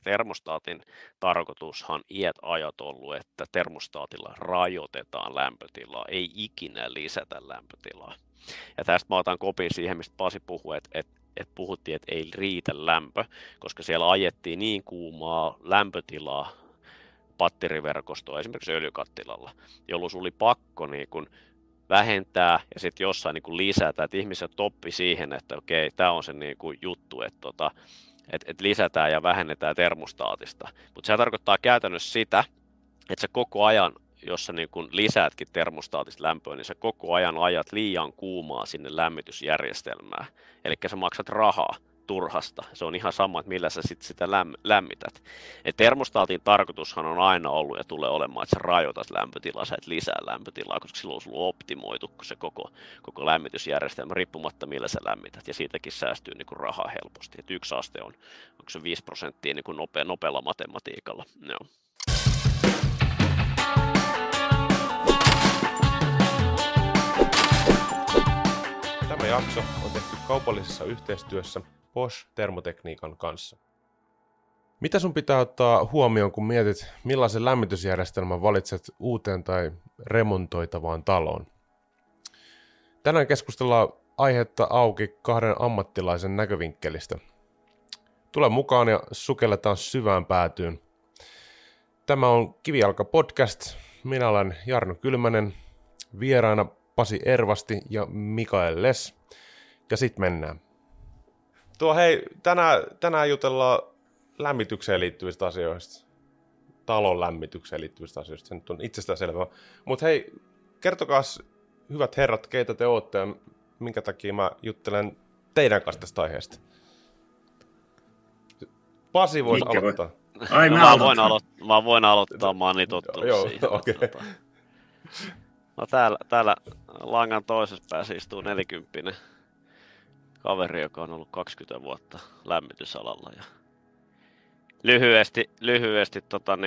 termostaatin tarkoitushan iät ajat ollut, että termostaatilla rajoitetaan lämpötilaa, ei ikinä lisätä lämpötilaa. Ja tästä mä otan kopin siihen, mistä Pasi puhui, että puhuttiin, että ei riitä lämpö, koska siellä ajettiin niin kuumaa lämpötilaa patteriverkostoa esimerkiksi öljykattilalla, jolloin sulla oli pakko niin kun vähentää ja sitten jossain niin kun lisätä, että ihmiset oppi siihen, että okei, tämä on se niin kun juttu, että lisätään ja vähennetään termostaatista. Mutta se tarkoittaa käytännössä sitä, että sä koko ajan, jos sä niin kun lisäätkin termostaatista lämpöä, niin sä koko ajan ajat liian kuumaa sinne lämmitysjärjestelmään. Eli sä maksat rahaa turhasta. Se on ihan sama, että millä sä sitä lämmität. Et termostaatin tarkoitushan on aina ollut ja tulee olemaan, että sä rajoitat lämpötilaa, sä et lisää lämpötilaa, koska silloin sulla on optimoitu se koko lämmitysjärjestelmä riippumatta millä sä lämmität. Ja siitäkin säästyy niin kuin rahaa helposti. Et 1 aste on, onko se 5% niin kuin nopealla matematiikalla. Joo. Tämä jakso on tehty kaupallisessa yhteistyössä Bosch Termotekniikan kanssa. Mitä sun pitää ottaa huomioon, kun mietit, millaisen lämmitysjärjestelmän valitset uuteen tai remontoitavaan taloon? Tänään keskustellaan aihetta auki 2 ammattilaisen näkövinkkelistä. Tule mukaan ja sukelletaan syvään päätyyn. Tämä on Kivijalka podcast. Minä olen Jarno Kylmänen, vieraana Pasi Ervasti ja Mikael Les. Ja sit mennään. Hei, tänään jutellaan lämmitykseen liittyvistä asioista. Talon lämmitykseen liittyvistä asioista. Se nyt on itsestäänselvää. Mutta hei, kertokaas hyvät herrat, keitä te ootte ja minkä takia mä juttelen teidän kanssa tästä aiheesta. Pasi voisi aloittaa. Ai, mä voin aloittaa, mä oon niin tottunut siihen. Okay. No täällä langan toisessa päässä istuu 40 kaveri, joka on ollut 20 vuotta lämmitysalalla. Ja lyhyesti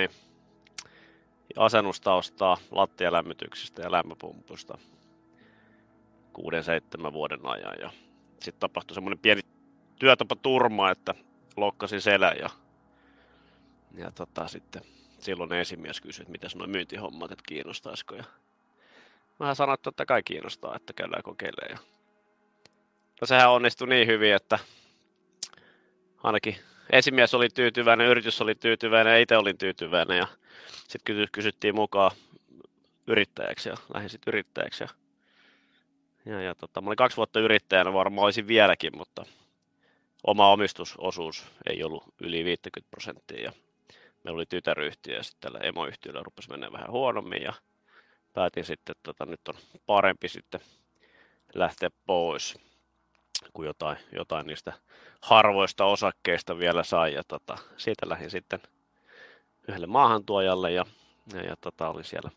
asennustaustaa lattialämmityksestä ja lämpöpumpusta 6-7 vuoden ajan. Ja sitten tapahtui semmoinen pieni työtapaturma, että lokkasin selän ja sitten silloin esimies kysyi, että mitäs nuo myyntihommat, että kiinnostaisiko. Ja mä sanoin, että totta kai kiinnostaa, että käydään kokeilemaan. No sehän onnistui niin hyvin, että ainakin esimies oli tyytyväinen, yritys oli tyytyväinen ja itse olin tyytyväinen. Ja sitten kysyttiin mukaan yrittäjäksi ja lähdin sitten yrittäjäksi. Mä olin 2 vuotta yrittäjänä, varmaan olisin vieläkin, mutta oma omistusosuus ei ollut yli 50%. Ja meillä oli tytäryhtiö ja sitten tällä emoyhtiöllä rupesi mennä vähän huonommin. Ja päätin sitten, että nyt on parempi sitten lähteä pois, kun jotain niistä harvoista osakkeista vielä sai. Ja siitä lähdin sitten yhdelle maahantuojalle ja olin siellä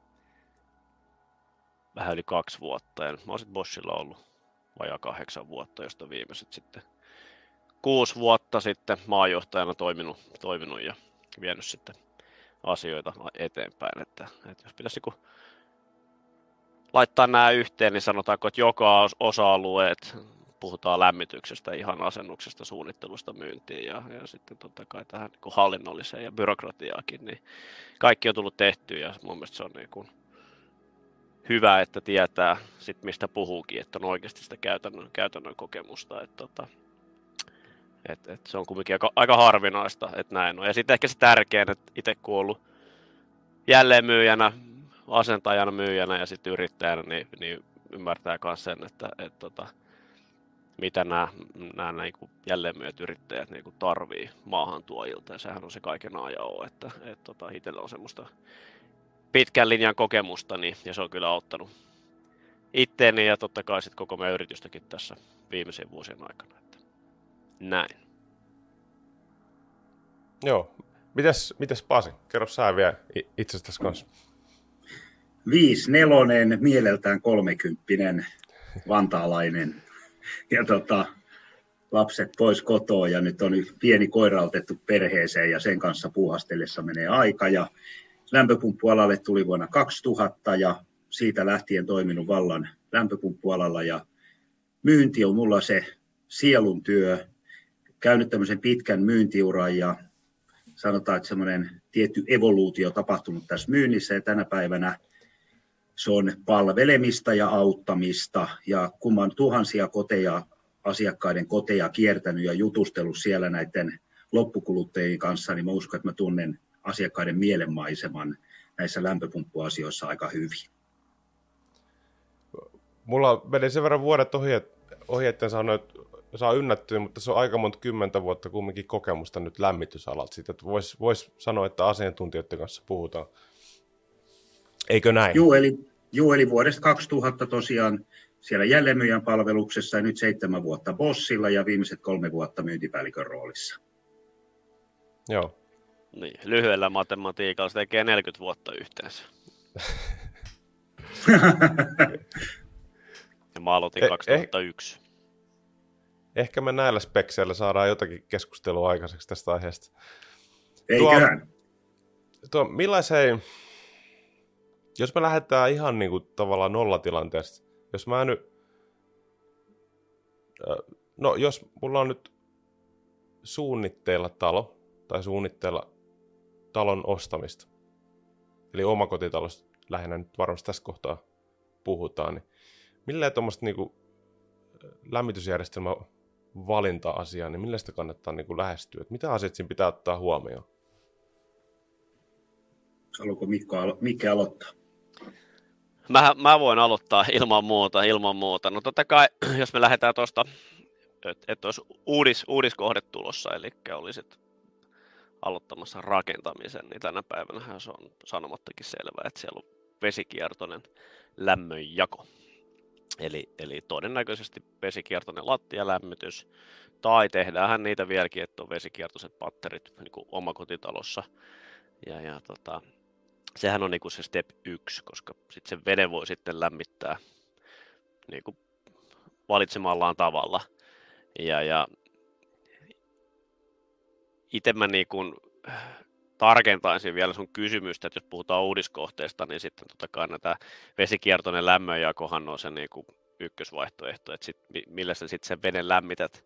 vähän yli 2 vuotta. Ja mä oon sitten Boschilla ollut vajaa 8 vuotta, josta viimeiset sitten 6 vuotta sitten maanjohtajana toiminut ja vienyt sitten asioita eteenpäin. Että jos pitäisi laittaa nämä yhteen, niin sanotaanko, että joka osa-alueet, puhutaan lämmityksestä, ihan asennuksesta, suunnittelusta, myyntiin ja sitten totta kai tähän niin hallinnolliseen ja byrokratiaakin, niin kaikki on tullut tehtyä ja mun mielestä se on niin hyvä, että tietää sit mistä puhuukin, että on oikeasti sitä käytännön kokemusta, että se on kuitenkin aika harvinaista, että näin on. Ja sitten ehkä se tärkein, että itse kun on ollut jälleenmyyjänä, asentajana, myyjänä ja sitten yrittäjänä, niin ymmärtää myös sen, että mitä nämä niin jälleenmyyjät yrittäjät niin tarvii maahantuojilta. Ja sehän on se kaiken A ja O, että itsellä on semmoista pitkän linjan kokemusta, niin, ja se on kyllä auttanut itteeni ja totta kai sitten koko meidän yritystäkin tässä viimeisen vuosien aikana. Että näin. Joo. Mites Pasi? Kerro sä vielä itsestäsi kanssa. 5'4", mieleltään 30, vantaalainen. Ja lapset pois kotoa ja nyt on pieni koira otettu perheeseen ja sen kanssa puuhastellessa menee aika. Ja lämpöpumppualalle tuli vuonna 2000 ja siitä lähtien toiminut vallan lämpöpumppualalla ja myynti on mulla se sielun työ. Käynyt tämmöisen pitkän myyntiuran ja sanotaan, että semmoinen tietty evoluutio tapahtunut tässä myynnissä, ja tänä päivänä se on palvelemista ja auttamista, ja kun mä oon tuhansia koteja, asiakkaiden koteja kiertänyt ja jutustellut siellä näiden loppukuluttajien kanssa, niin mä uskon, että mä tunnen asiakkaiden mielenmaiseman näissä lämpöpumppuasioissa aika hyvin. Mulla meni sen verran vuodet ohi etten saa ynnättyä, mutta se on aika monta 10 vuotta kumminkin kokemusta nyt lämmitysalalta. Siitä, että vois sanoa, että asiantuntijoiden kanssa puhutaan. Eikö näin? Joo, eli vuodesta 2000 tosiaan siellä jälleenmyyjän palveluksessa ja nyt 7 vuotta bossilla ja viimeiset 3 vuotta myyntipäällikön roolissa. Joo. Niin, lyhyellä matematiikalla se tekee 40 vuotta yhteensä. Ja mä aloitin 2001. Ehkä me näillä spekseillä saadaan jotakin keskustelua aikaiseksi tästä aiheesta. Eiköhän. Millaiseen, jos me lähdetään ihan niin kuin tavallaan nollatilanteesta, jos mä nyt, no jos mulla on nyt suunnitteilla talo, tai suunnitteilla talon ostamista, eli omakotitalosta lähinnä nyt varmasti tässä kohtaa puhutaan, niin millä tuommoista niin kuin lämmitysjärjestelmä valinta-asiaa, niin millä sitä kannattaa niin kuin lähestyä? Että mitä asiat siinä pitää ottaa huomioon? Haluatko Mikke aloittaa? Mä voin aloittaa ilman muuta. No totta kai, jos me lähdetään tuosta, että olisi uudiskohde tulossa, eli olisit aloittamassa rakentamisen, niin tänä päivänä se on sanomattakin selvää, että siellä on vesikiertoinen lämmönjako. Eli todennäköisesti vesikiertoinen lattialämmitys, tai tehdäänhän niitä vieläkin, että on vesikiertoiset patterit niin kuin omakotitalossa. Sehän on niin kuin se step 1, koska sitten sen veden voi sitten lämmittää niin kuin valitsemallaan tavalla. Ja itse mä niin kuin tarkentaisin vielä sun kysymystä, että jos puhutaan uudiskohteesta, niin sitten totta kai näitä vesikiertoinen lämmönjakohan on se niin kuin ykkösvaihtoehto, että millä sä sitten sen veden lämmität,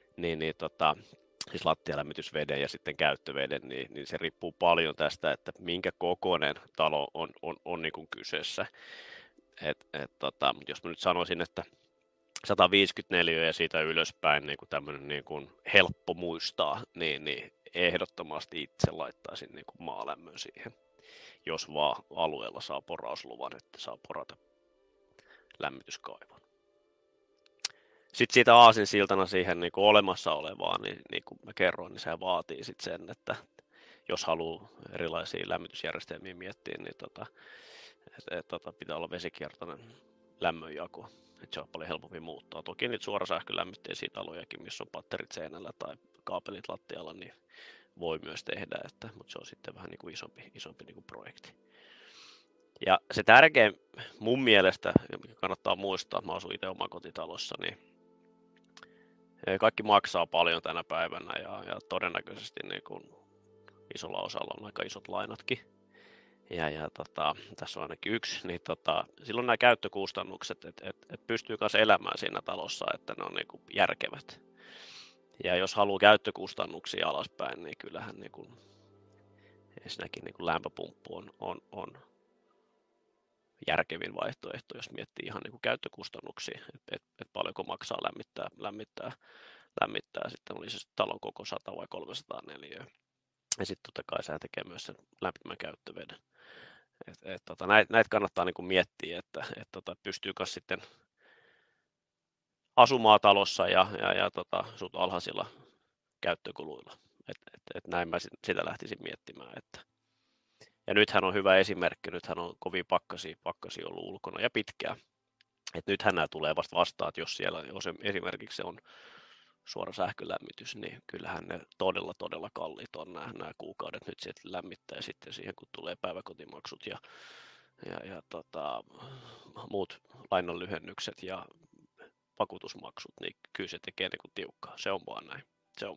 siis lattialämmitysveden ja sitten käyttöveden, niin se riippuu paljon tästä, että minkä kokoinen talo on niin kuin kyseessä. Mutta jos mä nyt sanoisin, että 154 ja siitä ylöspäin niin kuin tämmöinen niin kuin helppo muistaa, niin ehdottomasti itse laittaisin niin kuin maalämmön siihen, jos vaan alueella saa porausluvan, että saa porata lämmityskaivon. Sitten siitä aasinsiltana siihen niin kuin olemassa olevaan, niin kuin mä kerroin, niin se vaatii sitten sen, että jos haluaa erilaisia lämmitysjärjestelmiä miettiä, niin pitää olla vesikiertoinen lämmönjako. Että se on paljon helpompi muuttaa. Toki niitä suorasähkölämmitteisiä talojakin, missä on patterit seinällä tai kaapelit lattialla, niin voi myös tehdä, mutta se on sitten vähän niin kuin isompi niin kuin projekti. Ja se tärkein mun mielestä, mikä kannattaa muistaa, mä asun itse omakotitalossa, niin kaikki maksaa paljon tänä päivänä ja todennäköisesti niin kuin isolla osalla on aika isot lainatkin. Tässä on ainakin yksi, niin silloin nämä käyttökustannukset, että pystyy myös elämään siinä talossa, että ne on niin kuin järkevät. Ja jos haluaa käyttökustannuksia alaspäin, niin kyllähän niin kuin, ensinnäkin niin kuin lämpöpumppu on järkevin vaihtoehto, jos miettii ihan niin kuin käyttökustannuksia, että paljonko maksaa lämmittää sitten oli se talon koko 100 vai 304. Ja sitten totta kai sehän tekee myös sen lämpimän käyttöveden. Näitä kannattaa niin kuin miettiä, että pystyykö sitten asumaan talossa ja sut alhaisilla käyttökuluilla. Näin mä sitä lähtisin miettimään. Ja nythän on hyvä esimerkki, nythän on kovin pakkasia ollut ulkona ja pitkään. Nythän nämä tulee vasta vastaan, että jos siellä esimerkiksi se on suora sähkölämmitys, niin kyllähän ne todella kalliit on nämä kuukaudet nyt sieltä lämmittää ja sitten siihen kun tulee päiväkotimaksut ja muut lainanlyhennykset ja vakuutusmaksut, niin kyllä se tekee niin kuin tiukkaa. Se on vaan näin.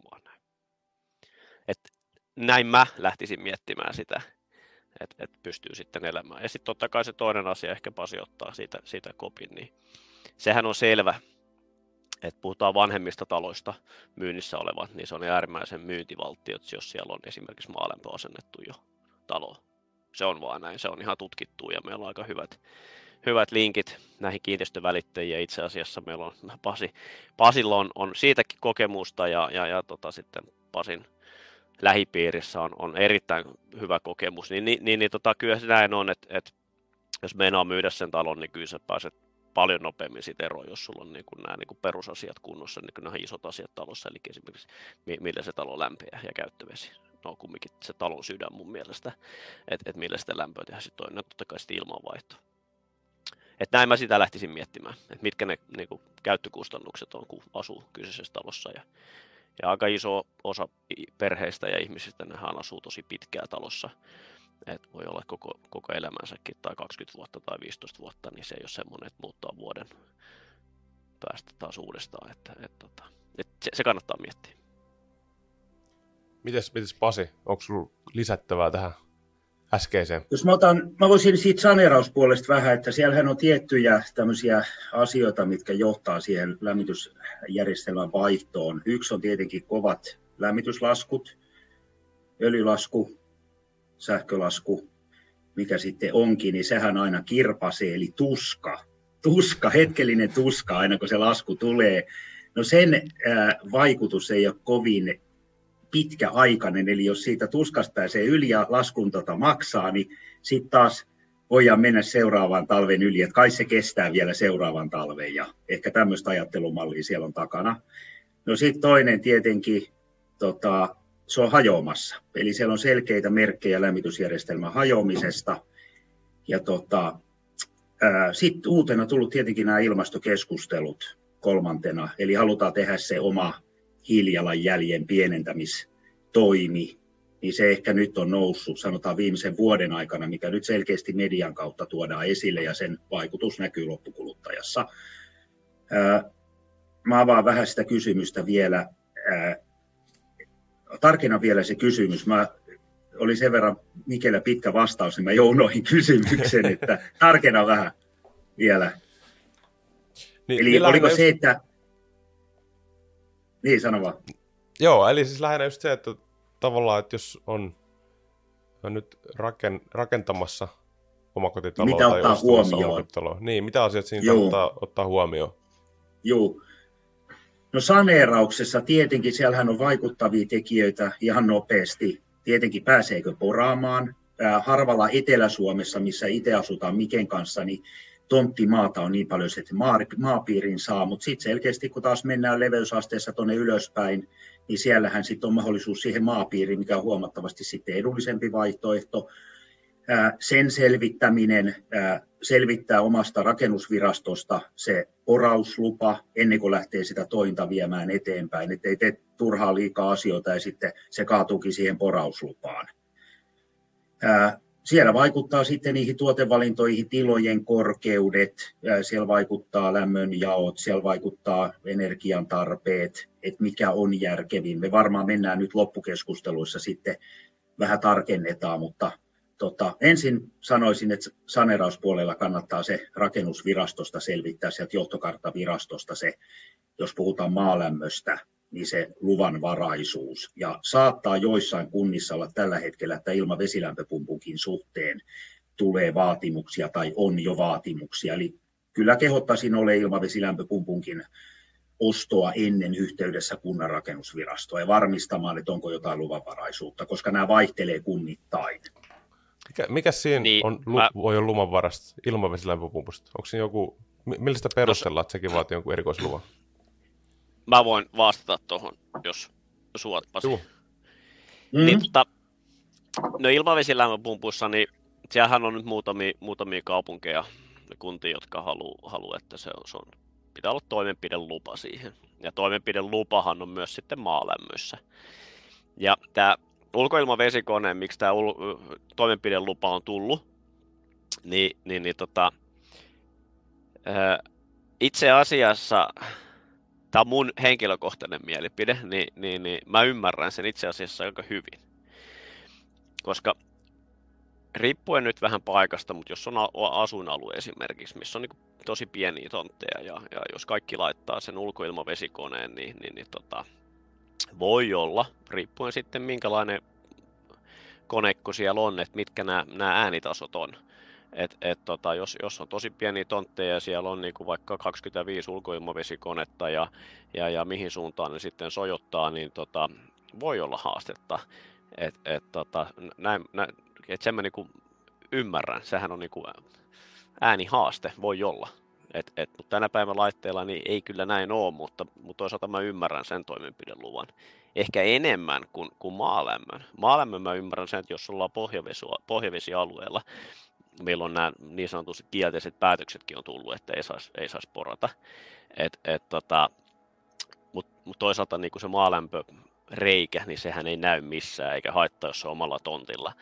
Näin mä lähtisin miettimään sitä, että pystyy sitten elämään. Ja sitten totta kai se toinen asia, ehkä Pasi ottaa siitä kopin, niin sehän on selvä, Et puhutaan vanhemmista taloista myynnissä olevat, niin se on äärimmäisen myyntivalttiot, jos siellä on esimerkiksi maalämpö asennettu jo taloon. Se on vaan näin, se on ihan tutkittu ja meillä on aika hyvät linkit näihin kiinteistövälittäjiin. Itse asiassa meillä on Pasilla on siitäkin kokemusta ja sitten Pasin lähipiirissä on erittäin hyvä kokemus. Kyllä se näin on, että jos meinaa myydä sen talon, niin kyllä sä pääset paljon nopeammin siitä eroon, jos sulla on nämä perusasiat kunnossa, niin nämä isot asiat talossa, eli esimerkiksi millä se talo lämpeää ja käyttövesi. No kumminkin se talon sydän mun mielestä, että millä sitä lämpöä tehdään. Sitten toinen totta kai sitten ilmanvaihto. Että näin mä sitä lähtisin miettimään, että mitkä ne käyttökustannukset on, kun asuu kyseisessä talossa. Ja aika iso osa perheistä ja ihmisistä nehän asuu tosi pitkään talossa. Et voi olla koko elämänsäkin tai 20 vuotta tai 15 vuotta, niin se ei ole semmoinen, että muuttaa vuoden päästä taas uudestaan. Se kannattaa miettiä. Mites Pasi, onko sinulla lisättävää tähän äskeiseen? Jos mä voisin siitä saneerauspuolesta vähän, että siellähän on tiettyjä tämmöisiä asioita, mitkä johtaa siihen lämmitysjärjestelmän vaihtoon. Yksi on tietenkin kovat lämmityslaskut, öljylasku, sähkölasku, mikä sitten onkin, niin sehän aina kirpasee, eli hetkellinen tuska aina kun se lasku tulee. No sen vaikutus ei ole kovin pitkäaikainen, eli jos siitä tuskasta pääsee yli ja laskun maksaa, niin sitten taas voidaan mennä seuraavaan talven yli, että kai se kestää vielä seuraavan talven, ja ehkä tämmöistä ajattelumallia siellä on takana. No sitten toinen tietenkin, se on hajoamassa, eli siellä on selkeitä merkkejä lämmitysjärjestelmän hajoamisesta, ja sitten uutena tullut tietenkin nämä ilmastokeskustelut kolmantena, eli halutaan tehdä se oma hiilijalanjäljen pienentämistoimi, niin se ehkä nyt on noussut, sanotaan viimeisen vuoden aikana, mikä nyt selkeästi median kautta tuodaan esille, ja sen vaikutus näkyy loppukuluttajassa. Mä avaan vähän sitä kysymystä vielä. Tarkennan vielä se kysymys. Oli sen verran Mikellä pitkä vastaus, niin mä jounoin kysymyksen, että tarkennan vähän vielä. Eli oliko se, että... Niin, sano vaan. Joo, eli siis lähinnä just se, että tavallaan, että jos on nyt rakentamassa omakotitaloa mitä tai ottaa huomioon? Niin, mitä asiat siinä kannattaa ottaa huomioon? Joo. No saneerauksessa tietenkin siellähän on vaikuttavia tekijöitä ihan nopeasti. Tietenkin pääseekö poraamaan. Harvalla Etelä-Suomessa, missä itse asutaan Miken kanssa, niin tonttimaata on niin paljon, että maapiirin saa, mutta sitten selkeästi kun taas mennään leveysasteessa tuonne ylöspäin, niin siellähän sitten on mahdollisuus siihen maapiiriin, mikä on huomattavasti sitten edullisempi vaihtoehto. Sen selvittäminen, selvittää omasta rakennusvirastosta se porauslupa ennen kuin lähtee sitä tointa viemään eteenpäin, ettei tee turhaa liikaa asioita ja sitten se kaatuukin siihen porauslupaan. Siellä vaikuttaa sitten niihin tuotevalintoihin tilojen korkeudet, siellä vaikuttaa lämmönjaot, siellä vaikuttaa energian tarpeet, että mikä on järkevin. Me varmaan mennään nyt loppukeskusteluissa sitten vähän tarkennetaan, mutta ensin sanoisin, että saneerauspuolella kannattaa se rakennusvirastosta selvittää, sieltä johtokarttavirastosta se, jos puhutaan maalämmöstä, niin se luvanvaraisuus. Ja saattaa joissain kunnissa olla tällä hetkellä, että ilma-vesilämpöpumpunkin suhteen tulee vaatimuksia tai on jo vaatimuksia. Eli kyllä kehottaisin ole ilma-vesilämpöpumpunkin ostoa ennen yhteydessä kunnan rakennusvirastoa ja varmistamaan, että onko jotain luvanvaraisuutta, koska nämä vaihtelee kunnittain. Mikä siinä voi olla luvanvarasta ilmavesilämpöpumpusta? Onko siinä joku, millä sitä perustellaan, että sekin vaatii jonkun erikoisluvan? Mä voin vastata tuohon, jos suot, Pasi. Niin, no ilmavesilämpöpumpussa, niin siellähän on nyt muutamia kaupunkeja ja kuntia, jotka haluaa, että se on, pitää olla toimenpidelupa siihen. Ja toimenpidelupahan on myös sitten maalämmössä. Ja tämä ulkoilmavesikone, miksi tämä toimenpidelupa on tullut, itse asiassa, tämä on mun henkilökohtainen mielipide, niin mä ymmärrän sen itse asiassa aika hyvin. Koska riippuen nyt vähän paikasta, mutta jos on asuinalue esimerkiksi, missä on niin tosi pieniä tontteja ja jos kaikki laittaa sen ulkoilmavesikoneen, niin voi olla, riippuen sitten minkälainen konekko siellä on, että mitkä nämä äänitasot on. Jos on tosi pieniä tontteja ja siellä on niin kuin vaikka 25 ulkoilmavesikonetta ja mihin suuntaan ne sitten sojottaa, niin voi olla haastetta. Sen mä niin kuin ymmärrän, sehän on niin kuin äänihaaste, voi olla. Mutta tänä päivän laitteella niin ei kyllä näin ole, mutta toisaalta mä ymmärrän sen toimenpideluvan. Ehkä enemmän kuin maalämmön. Maalämmön mä ymmärrän sen, että jos ollaan pohjavesialueella, meillä on nämä niin sanotusti kielteiset päätöksetkin on tullut, että ei saisi porata. Mutta toisaalta niin kuin se maalämpöreikä, niin sehän ei näy missään, eikä haittaa, jos se on omalla tontilla.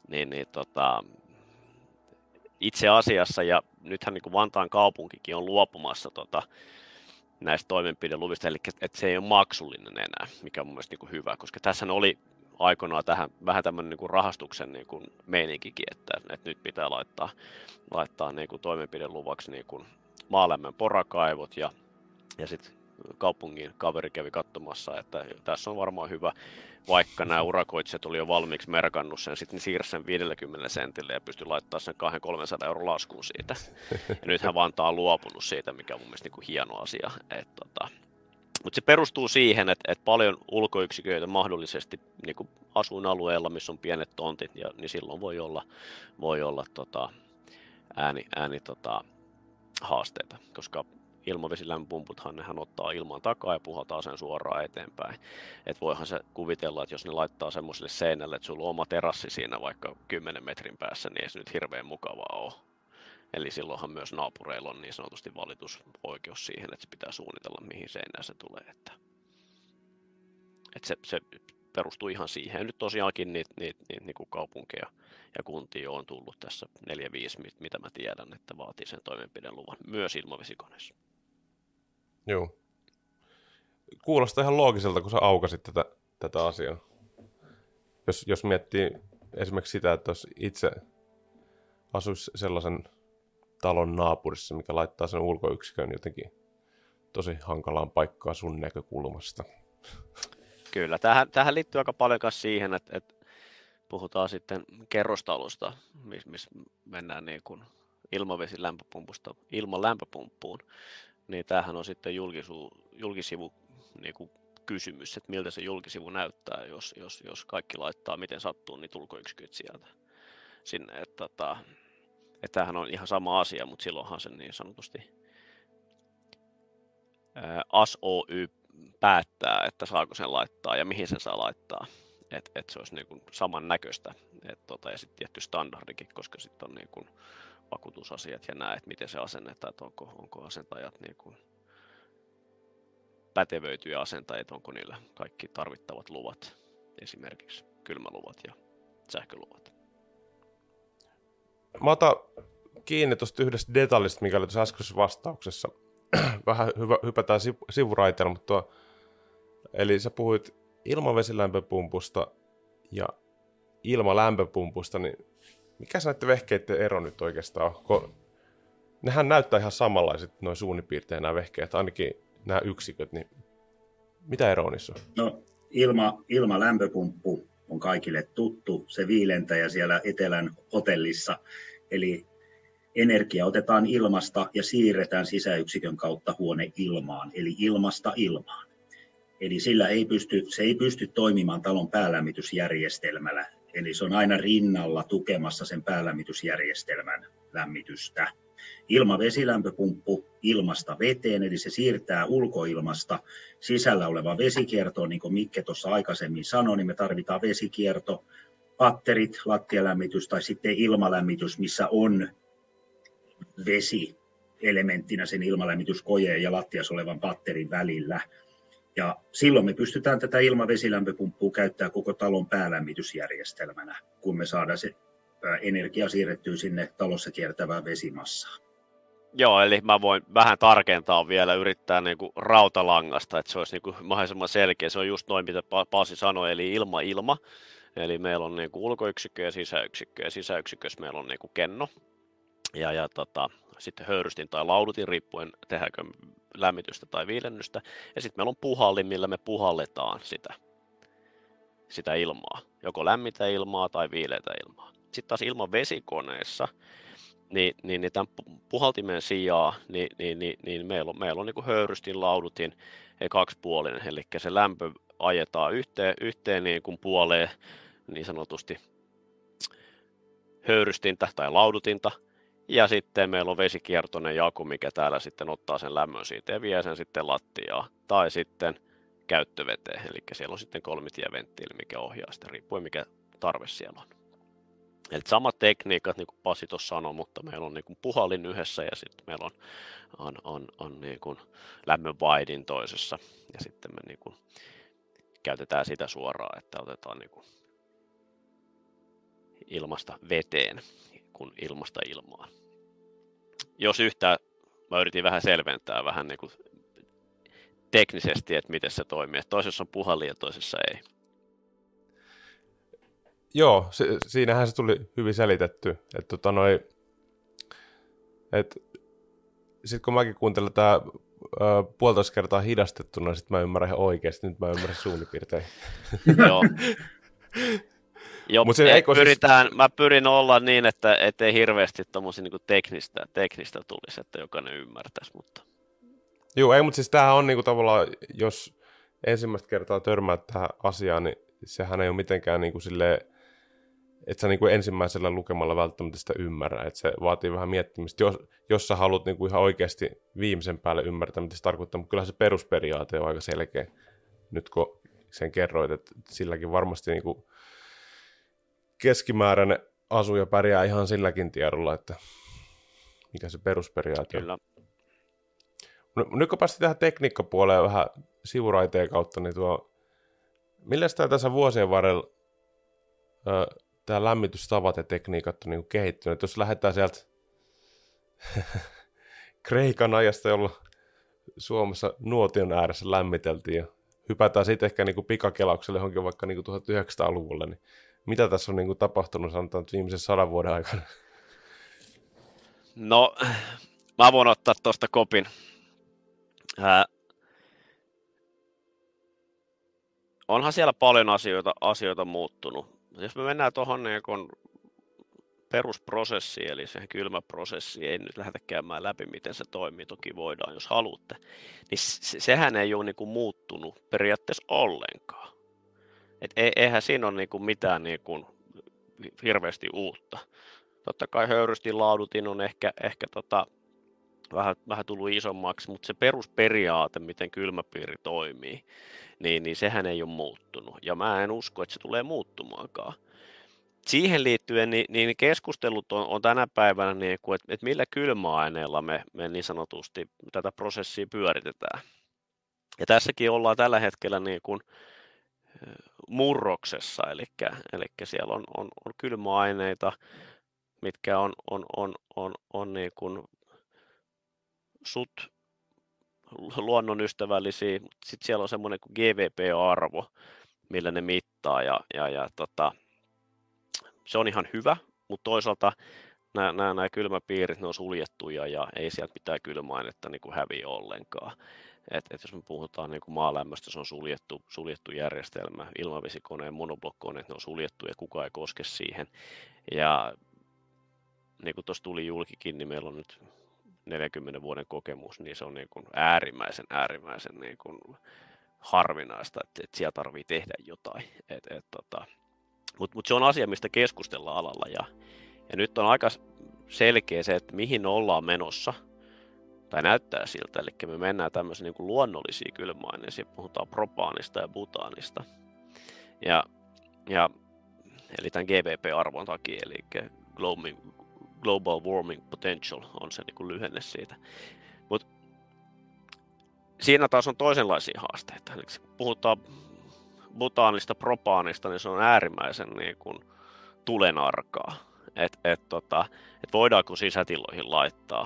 Itse asiassa, ja nythän niin kuin Vantaan kaupunkikin on luopumassa näistä toimenpideluvista, eli että se ei ole maksullinen enää, mikä on mun mielestä niin kuin hyvä, koska tässä oli aikoinaan tähän vähän tämmöinen niin kuin rahastuksen niin kuin meininkikin, että nyt pitää laittaa niin kuin toimenpideluvaksi niin kuin maalämmön porakaivot ja sitten kaupungin kaveri kävi katsomassa, että tässä on varmaan hyvä, vaikka nämä urakoitsijat oli jo valmiiksi merkannut sen, sitten siirsi sen 50 sentille ja pystyi laittamaan sen 200-300 euron laskun siitä. Ja nythän Vantaa on luopunut siitä, mikä on mun mielestä niin kuin hieno asia. Mutta se perustuu siihen, että paljon ulkoyksiköitä mahdollisesti niin kuin asuinalueella, missä on pienet tontit, niin silloin voi olla ääni haasteita, koska ilmavesilämpöpumputhan nehän ottaa ilman takaa ja puhaltaa sen suoraan eteenpäin. Et voihan se kuvitella, että jos ne laittaa semmoiselle seinälle, että sulla on oma terassi siinä vaikka 10 metrin päässä, niin ei se nyt hirveän mukavaa ole. Eli silloinhan myös naapureilla on niin sanotusti valitusoikeus siihen, että se pitää suunnitella, mihin seinään se tulee. Että se perustuu ihan siihen. Ja nyt tosiaankin niitä niin kuin kaupunkeja ja kuntia on tullut tässä 4-5, mitä mä tiedän, että vaatii sen toimenpideluvan myös ilmavesikoneessa. Joo. Kuulostaa ihan loogiselta, kun sä aukasit tätä asiaa. Jos miettii esimerkiksi sitä, että jos itse asuisi sellaisen talon naapurissa, mikä laittaa sen ulkoyksikön jotenkin tosi hankalaan paikkaan sun näkökulmasta. Kyllä, tähän liittyy aika paljon myös siihen, että puhutaan sitten kerrostalosta, missä mennään niin kuin ilmavesilämpöpumpusta ilman lämpöpumppuun, niin tämähän on sitten julkisivu niin kuin kysymys, että miltä se julkisivu näyttää, jos kaikki laittaa miten sattuu niitä ulkoyksiköitä sieltä sinne. Että tämähän on ihan sama asia, mutta silloinhan se niin sanotusti ASOY päättää, että saako sen laittaa ja mihin sen saa laittaa. Että se olisi niin kuin samannäköistä. Ja sitten tietty standardikin, koska sitten on niin kuin vakuutusasiat ja nämä, että miten se asennetaan, että onko asentajat niin kuin pätevöityjä asentajat, onko niillä kaikki tarvittavat luvat, esimerkiksi kylmäluvat ja sähköluvat. Mä otan kiinni tuosta yhdestä detaljista, mikä oli tuossa äskeisessä vastauksessa. Vähän hypätään sivuraiteella, mutta eli sä puhuit ilmavesilämpöpumpusta ja ilmalämpöpumpusta, niin mikä se näiden vehkeiden ero nyt oikeastaan on? Nehän näyttää ihan samanlaiset noin suunnipiirtein nämä vehkeet, ainakin nämä yksiköt, niin mitä eroa niissä on? No ilmalämpöpumppu on kaikille tuttu, se viilentäjä siellä etelän hotellissa, eli energia otetaan ilmasta ja siirretään sisäyksikön kautta huoneilmaan, eli ilmasta ilmaan. Eli se ei pysty toimimaan talon päälämmitysjärjestelmällä, eli se on aina rinnalla tukemassa sen päälämmitysjärjestelmän lämmitystä. Ilmavesilämpöpumppu ilmasta veteen, eli se siirtää ulkoilmasta sisällä olevaan vesikiertoon, niin kuin Mikke tuossa aikaisemmin sanoi, niin me tarvitaan vesikierto, patterit, lattialämmitys tai sitten ilmalämmitys, missä on vesi elementtinä sen ilmalämmityskojeen ja lattiassa olevan patterin välillä. Ja silloin me pystytään tätä ilmavesilämpöpumppua käyttämään koko talon päälämmitysjärjestelmänä, kun me saadaan se energia siirrettyä sinne talossa kiertävään vesimassaan. Joo, eli mä voin vähän tarkentaa vielä, yrittää niin kuin rautalangasta, että se olisi niin kuin mahdollisimman selkeä. Se on just noin, mitä Pasi sanoi, eli ilma, Eli meillä on niin kuin ulkoyksikkö ja sisäyksikkö, ja sisäyksikössä meillä on niin kuin kenno, ja sitten höyrystin tai laudutin, riippuen tehdäänkö lämmitystä tai viilennystä, ja sitten meillä on puhallin, millä me puhalletaan sitä ilmaa, joko lämmintä ilmaa tai viileitä ilmaa. Sitten taas ilman vesikoneessa, niin tämän puhaltimen sijaan, niin meillä on niin kuin höyrystin, laudutin kaksipuolinen, eli se lämpö ajetaan yhteen niin kuin puoleen niin sanotusti höyrystintä tai laudutinta, ja sitten meillä on vesikiertoinen jaku, mikä täällä sitten ottaa sen lämmön siitä ja vie sen sitten lattiaan, tai sitten käyttöveteen, eli siellä on sitten kolmitieventtiili, mikä ohjaa sitä, riippuen mikä tarve siellä on. Eli samat tekniikat, niin kuin Pasi tuossa sanoi, mutta meillä on niin kuin puhallin yhdessä, ja sitten meillä on niin kuin lämmönvaihdin toisessa, ja sitten me niin kuin käytetään sitä suoraan, että otetaan niin kuin ilmasta veteen, kun ilmasta ilmaan. Jos yhtään, mä yritin vähän selventää vähän niin kuin teknisesti, että miten se toimii. Että toisessa on puhallin ja toisessa ei. Joo, siinähän se tuli hyvin selitetty. Sitten kun mäkin kuuntelen tää 1,5 kertaa hidastettuna, niin sitten mä ymmärrän ihan oikeasti. Nyt mä ymmärrän suunnipiirtein. Joo. Mä pyrin olla niin, että ettei hirveästi tommosia niinku teknistä tulisi, että jokainen ymmärtäisi, mutta... Joo, ei, mutta siis tämähän on niinku tavallaan, jos ensimmäistä kertaa törmäät tähän asiaan, niin sehän ei ole mitenkään niinku silleen, että sä niinku ensimmäisellä lukemalla välttämättä sitä ymmärrä, että se vaatii vähän miettimistä, jos sä haluat niinku ihan oikeasti viimeisen päälle ymmärtää, mitä se tarkoittaa, mutta kyllähän se perusperiaate on aika selkeä, nyt kun sen kerroit, että silläkin varmasti niinku keskimääräinen asuja pärjää ihan silläkin tiedolla, että mikä se perusperiaate on. Kyllä. Nyt kun päästiin tähän tekniikkapuoleen vähän sivuraiteen kautta, niin millä tämä tässä vuosien varrella tämä lämmitystavat ja tekniikat on niin kehittynyt? Jos lähdetään sieltä Kreikan ajasta, jolla Suomessa nuotion ääressä lämmiteltiin ja hypätään sitten ehkä niin pikakelaukselle johonkin vaikka niin 1900-luvulle, niin mitä tässä on niin tapahtunut sanotaan viimeisen 100 vuoden aikana? No, mä voin ottaa tuosta kopin. Onhan siellä paljon asioita muuttunut. Jos me mennään tuohon niin kun perusprosessiin, eli se kylmäprosessi, ei nyt lähdetä käymään läpi, miten se toimii, toki voidaan, jos haluatte, niin sehän ei ole niin kuin muuttunut periaatteessa ollenkaan. Eihän siinä ole niin kuin mitään niin kuin hirveästi uutta. Totta kai höyrystin laudutin on ehkä vähän tullut isommaksi, mutta se perusperiaate, miten kylmäpiiri toimii, niin sehän ei ole muuttunut. Ja mä en usko, että se tulee muuttumaankaan. Siihen liittyen niin keskustelut on tänä päivänä, niin että millä kylmäaineella me niin sanotusti tätä prosessia pyöritetään. Ja tässäkin ollaan tällä hetkellä niin kuin murroksessa, eli siellä on kylmäaineita, mitkä on niin kuin luonnonystävällisiä, sitten siellä on semmoinen kuin GWP-arvo, millä ne mittaa, ja se on ihan hyvä, mutta toisaalta nämä kylmäpiirit, ne on suljettuja, ja ei sieltä mitään kylmäainetta niin kuin häviä ollenkaan. Et jos me puhutaan niin kuin maalämmöstä, se on suljettu järjestelmä, ilmavesikoneen, monoblokkoneet, ne on suljettu, ja kukaan ei koske siihen. Ja niin kuin tuossa tuli julkikin, niin meillä on nyt 40 vuoden kokemus, niin se on niin kuin äärimmäisen niin kuin harvinaista, että siellä tarvii tehdä jotain. Mutta se on asia, mistä keskustellaan alalla, ja nyt on aika selkeä se, että mihin ollaan menossa, tai näyttää siltä, eli me mennään tämmöisiin niin kuin luonnollisiin kylmäaineisiin, puhutaan propaanista ja butaanista, eli tämän GWP-arvon takia, eli Global Warming Potential on se niin kuin lyhenne siitä. Mut siinä taas on toisenlaisia haasteita. Eli kun puhutaan butaanista, propaanista, niin se on äärimmäisen niin kuin tulenarkaa. Voidaanko sisätiloihin laittaa.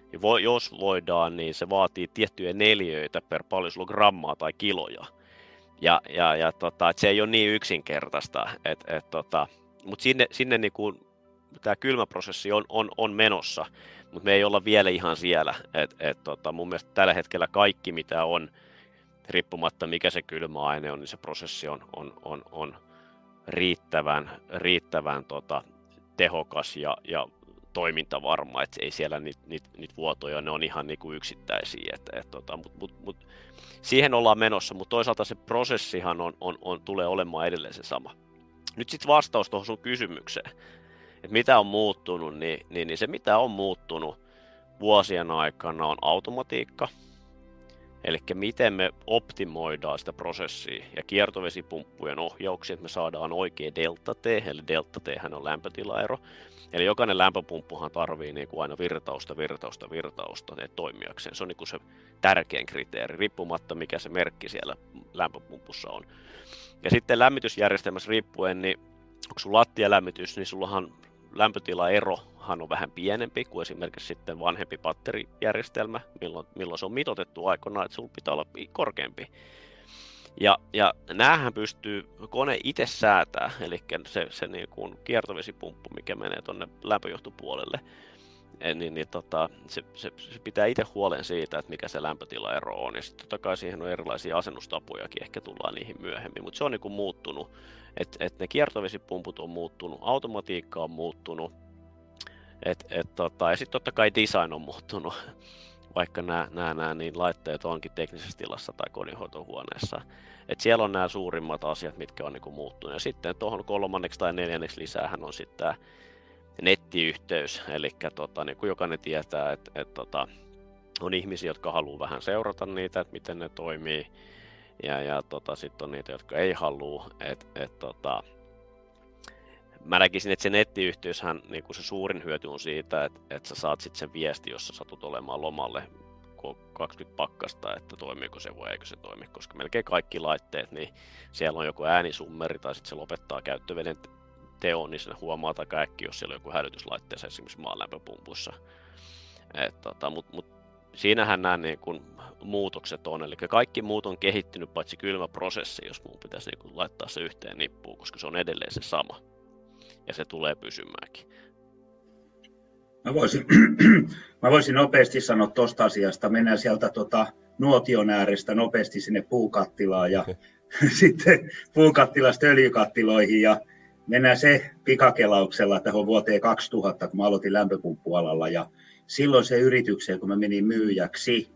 Jos voidaan, niin se vaatii tiettyjä neliöitä per paljon sulla grammaa tai kiloja. Se ei ole niin yksinkertaista, mutta sinne niin kuin, tämä kylmäprosessi on menossa, mutta me ei olla vielä ihan siellä. Mun mielestä tällä hetkellä kaikki, mitä on, riippumatta mikä se kylmä aine on, niin se prosessi on riittävän tehokas ja toimintavarma, että ei siellä niitä vuotoja, ne on ihan niinku yksittäisiä. Mut siihen ollaan menossa, mutta toisaalta se prosessihan tulee olemaan edelleen se sama. Nyt sitten vastaus tuohon sun kysymykseen, että mitä on muuttunut, niin se mitä on muuttunut vuosien aikana on automatiikka, eli miten me optimoidaan sitä prosessia ja kiertovesipumppujen ohjauksia, että me saadaan oikea delta-T, eli delta-T:hän on lämpötilaero. Eli jokainen lämpöpumppuhan tarvii niin kuin aina virtausta toimijakseen. Se on niin kuin se tärkein kriteeri, riippumatta mikä se merkki siellä lämpöpumpussa on. Ja sitten lämmitysjärjestelmässä riippuen, niin onko sun lattialämmitys, niin sullahan lämpötilaerohan on vähän pienempi kuin esimerkiksi sitten vanhempi batterijärjestelmä, milloin se on mitoitettu aikoinaan, että sulla pitää olla korkeampi. Ja näähän pystyy kone itse säätää, eli se niin kuin kiertovesipumppu, mikä menee tuonne lämpöjohtopuolelle, se pitää itse huolen siitä, että mikä se lämpötilaero on. Ja sitten totta kai siihen on erilaisia asennustapojakin, ehkä tullaan niihin myöhemmin, mutta se on niin kuin muuttunut, että ne kiertovesipumput on muuttunut, automatiikka on muuttunut, ja sitten totta kai design on muuttunut, vaikka nämä niin laitteet onkin teknisessä tilassa tai kodinhoitohuoneessa. Et siellä on nämä suurimmat asiat, mitkä on niinku muuttunut. Ja sitten tuohon 3. tai 4. lisäähän on sitten tämä nettiyhteys. Eli niin kuin jokainen tietää, että on ihmisiä, jotka haluaa vähän seurata niitä, että miten ne toimii. Ja sitten on niitä, jotka ei halua. Mä näkisin, että se nettiyhteyshän, niin kuin se suurin hyöty on siitä, että sä saat sitten sen viesti, jos sä satut olemaan lomalle, kun 20 pakkasta, että toimiiko se vai eikö se toimi, koska melkein kaikki laitteet, niin siellä on joku äänisummeri tai sitten se lopettaa käyttöveden teon, niin se huomaa äkkiä, jos siellä on joku hälytyslaitteessa esimerkiksi maalämpöpumpussa. Mut siinähän nämä niin kun muutokset on, eli kaikki muut on kehittynyt paitsi kylmäprosessi, jos mun pitäisi niin kun laittaa se yhteen nippuun, koska se on edelleen se sama. Ja se tulee pysymäänkin. Mä voisin nopeasti sanoa tuosta asiasta. Mennään sieltä nuotion äärestä nopeasti sinne puukattilaan ja sitten puukattilasta öljykattiloihin. Ja mennään se pikakelauksella tähän vuoteen 2000, kun mä aloitin lämpöpumppualalla. Ja silloin se yritykseen, kun mä menin myyjäksi,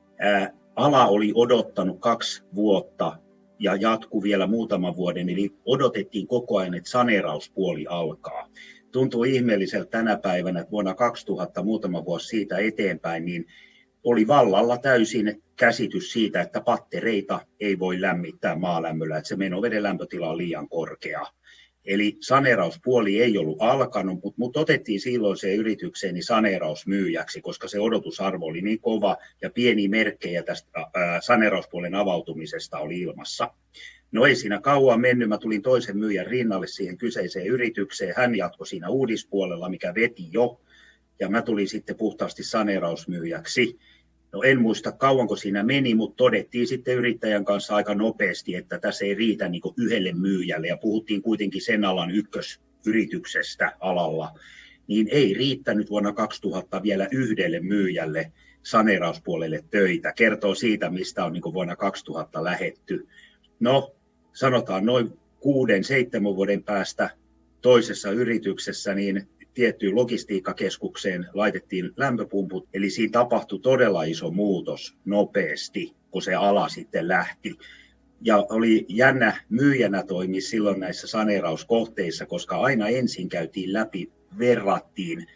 ala oli odottanut 2 vuotta ja jatkuu vielä muutaman vuoden, eli odotettiin koko ajan, että saneerauspuoli alkaa. Tuntuu ihmeelliseltä tänä päivänä, että vuonna 2000, muutama vuosi siitä eteenpäin, niin oli vallalla täysin käsitys siitä, että pattereita ei voi lämmittää maalämmöllä, että se menoveden lämpötila on liian korkea. Eli saneerauspuoli ei ollut alkanut, mutta otettiin silloin se yritykseen saneerausmyyjäksi, koska se odotusarvo oli niin kova ja pieniä merkkejä tästä saneerauspuolen avautumisesta oli ilmassa. No ei siinä kauan mennyt, mä tulin toisen myyjän rinnalle siihen kyseiseen yritykseen, hän jatkoi siinä uudispuolella, mikä veti jo, ja mä tulin sitten puhtaasti saneerausmyyjäksi. No en muista kauanko siinä meni, mutta todettiin sitten yrittäjän kanssa aika nopeasti, että tässä ei riitä niin kuin yhdelle myyjälle, ja puhuttiin kuitenkin sen alan ykkösyrityksestä alalla, niin ei riittänyt vuonna 2000 vielä yhdelle myyjälle saneerauspuolelle töitä. Kertoo siitä, mistä on niin kuin vuonna 2000 lähetty. No, sanotaan noin 6-7 vuoden päästä toisessa yrityksessä, niin tiettyyn logistiikkakeskukseen laitettiin lämpöpumput, eli siinä tapahtui todella iso muutos nopeasti, kun se ala sitten lähti. Ja oli jännä myyjänä toimia silloin näissä saneerauskohteissa, koska aina ensin käytiin läpi, verrattiin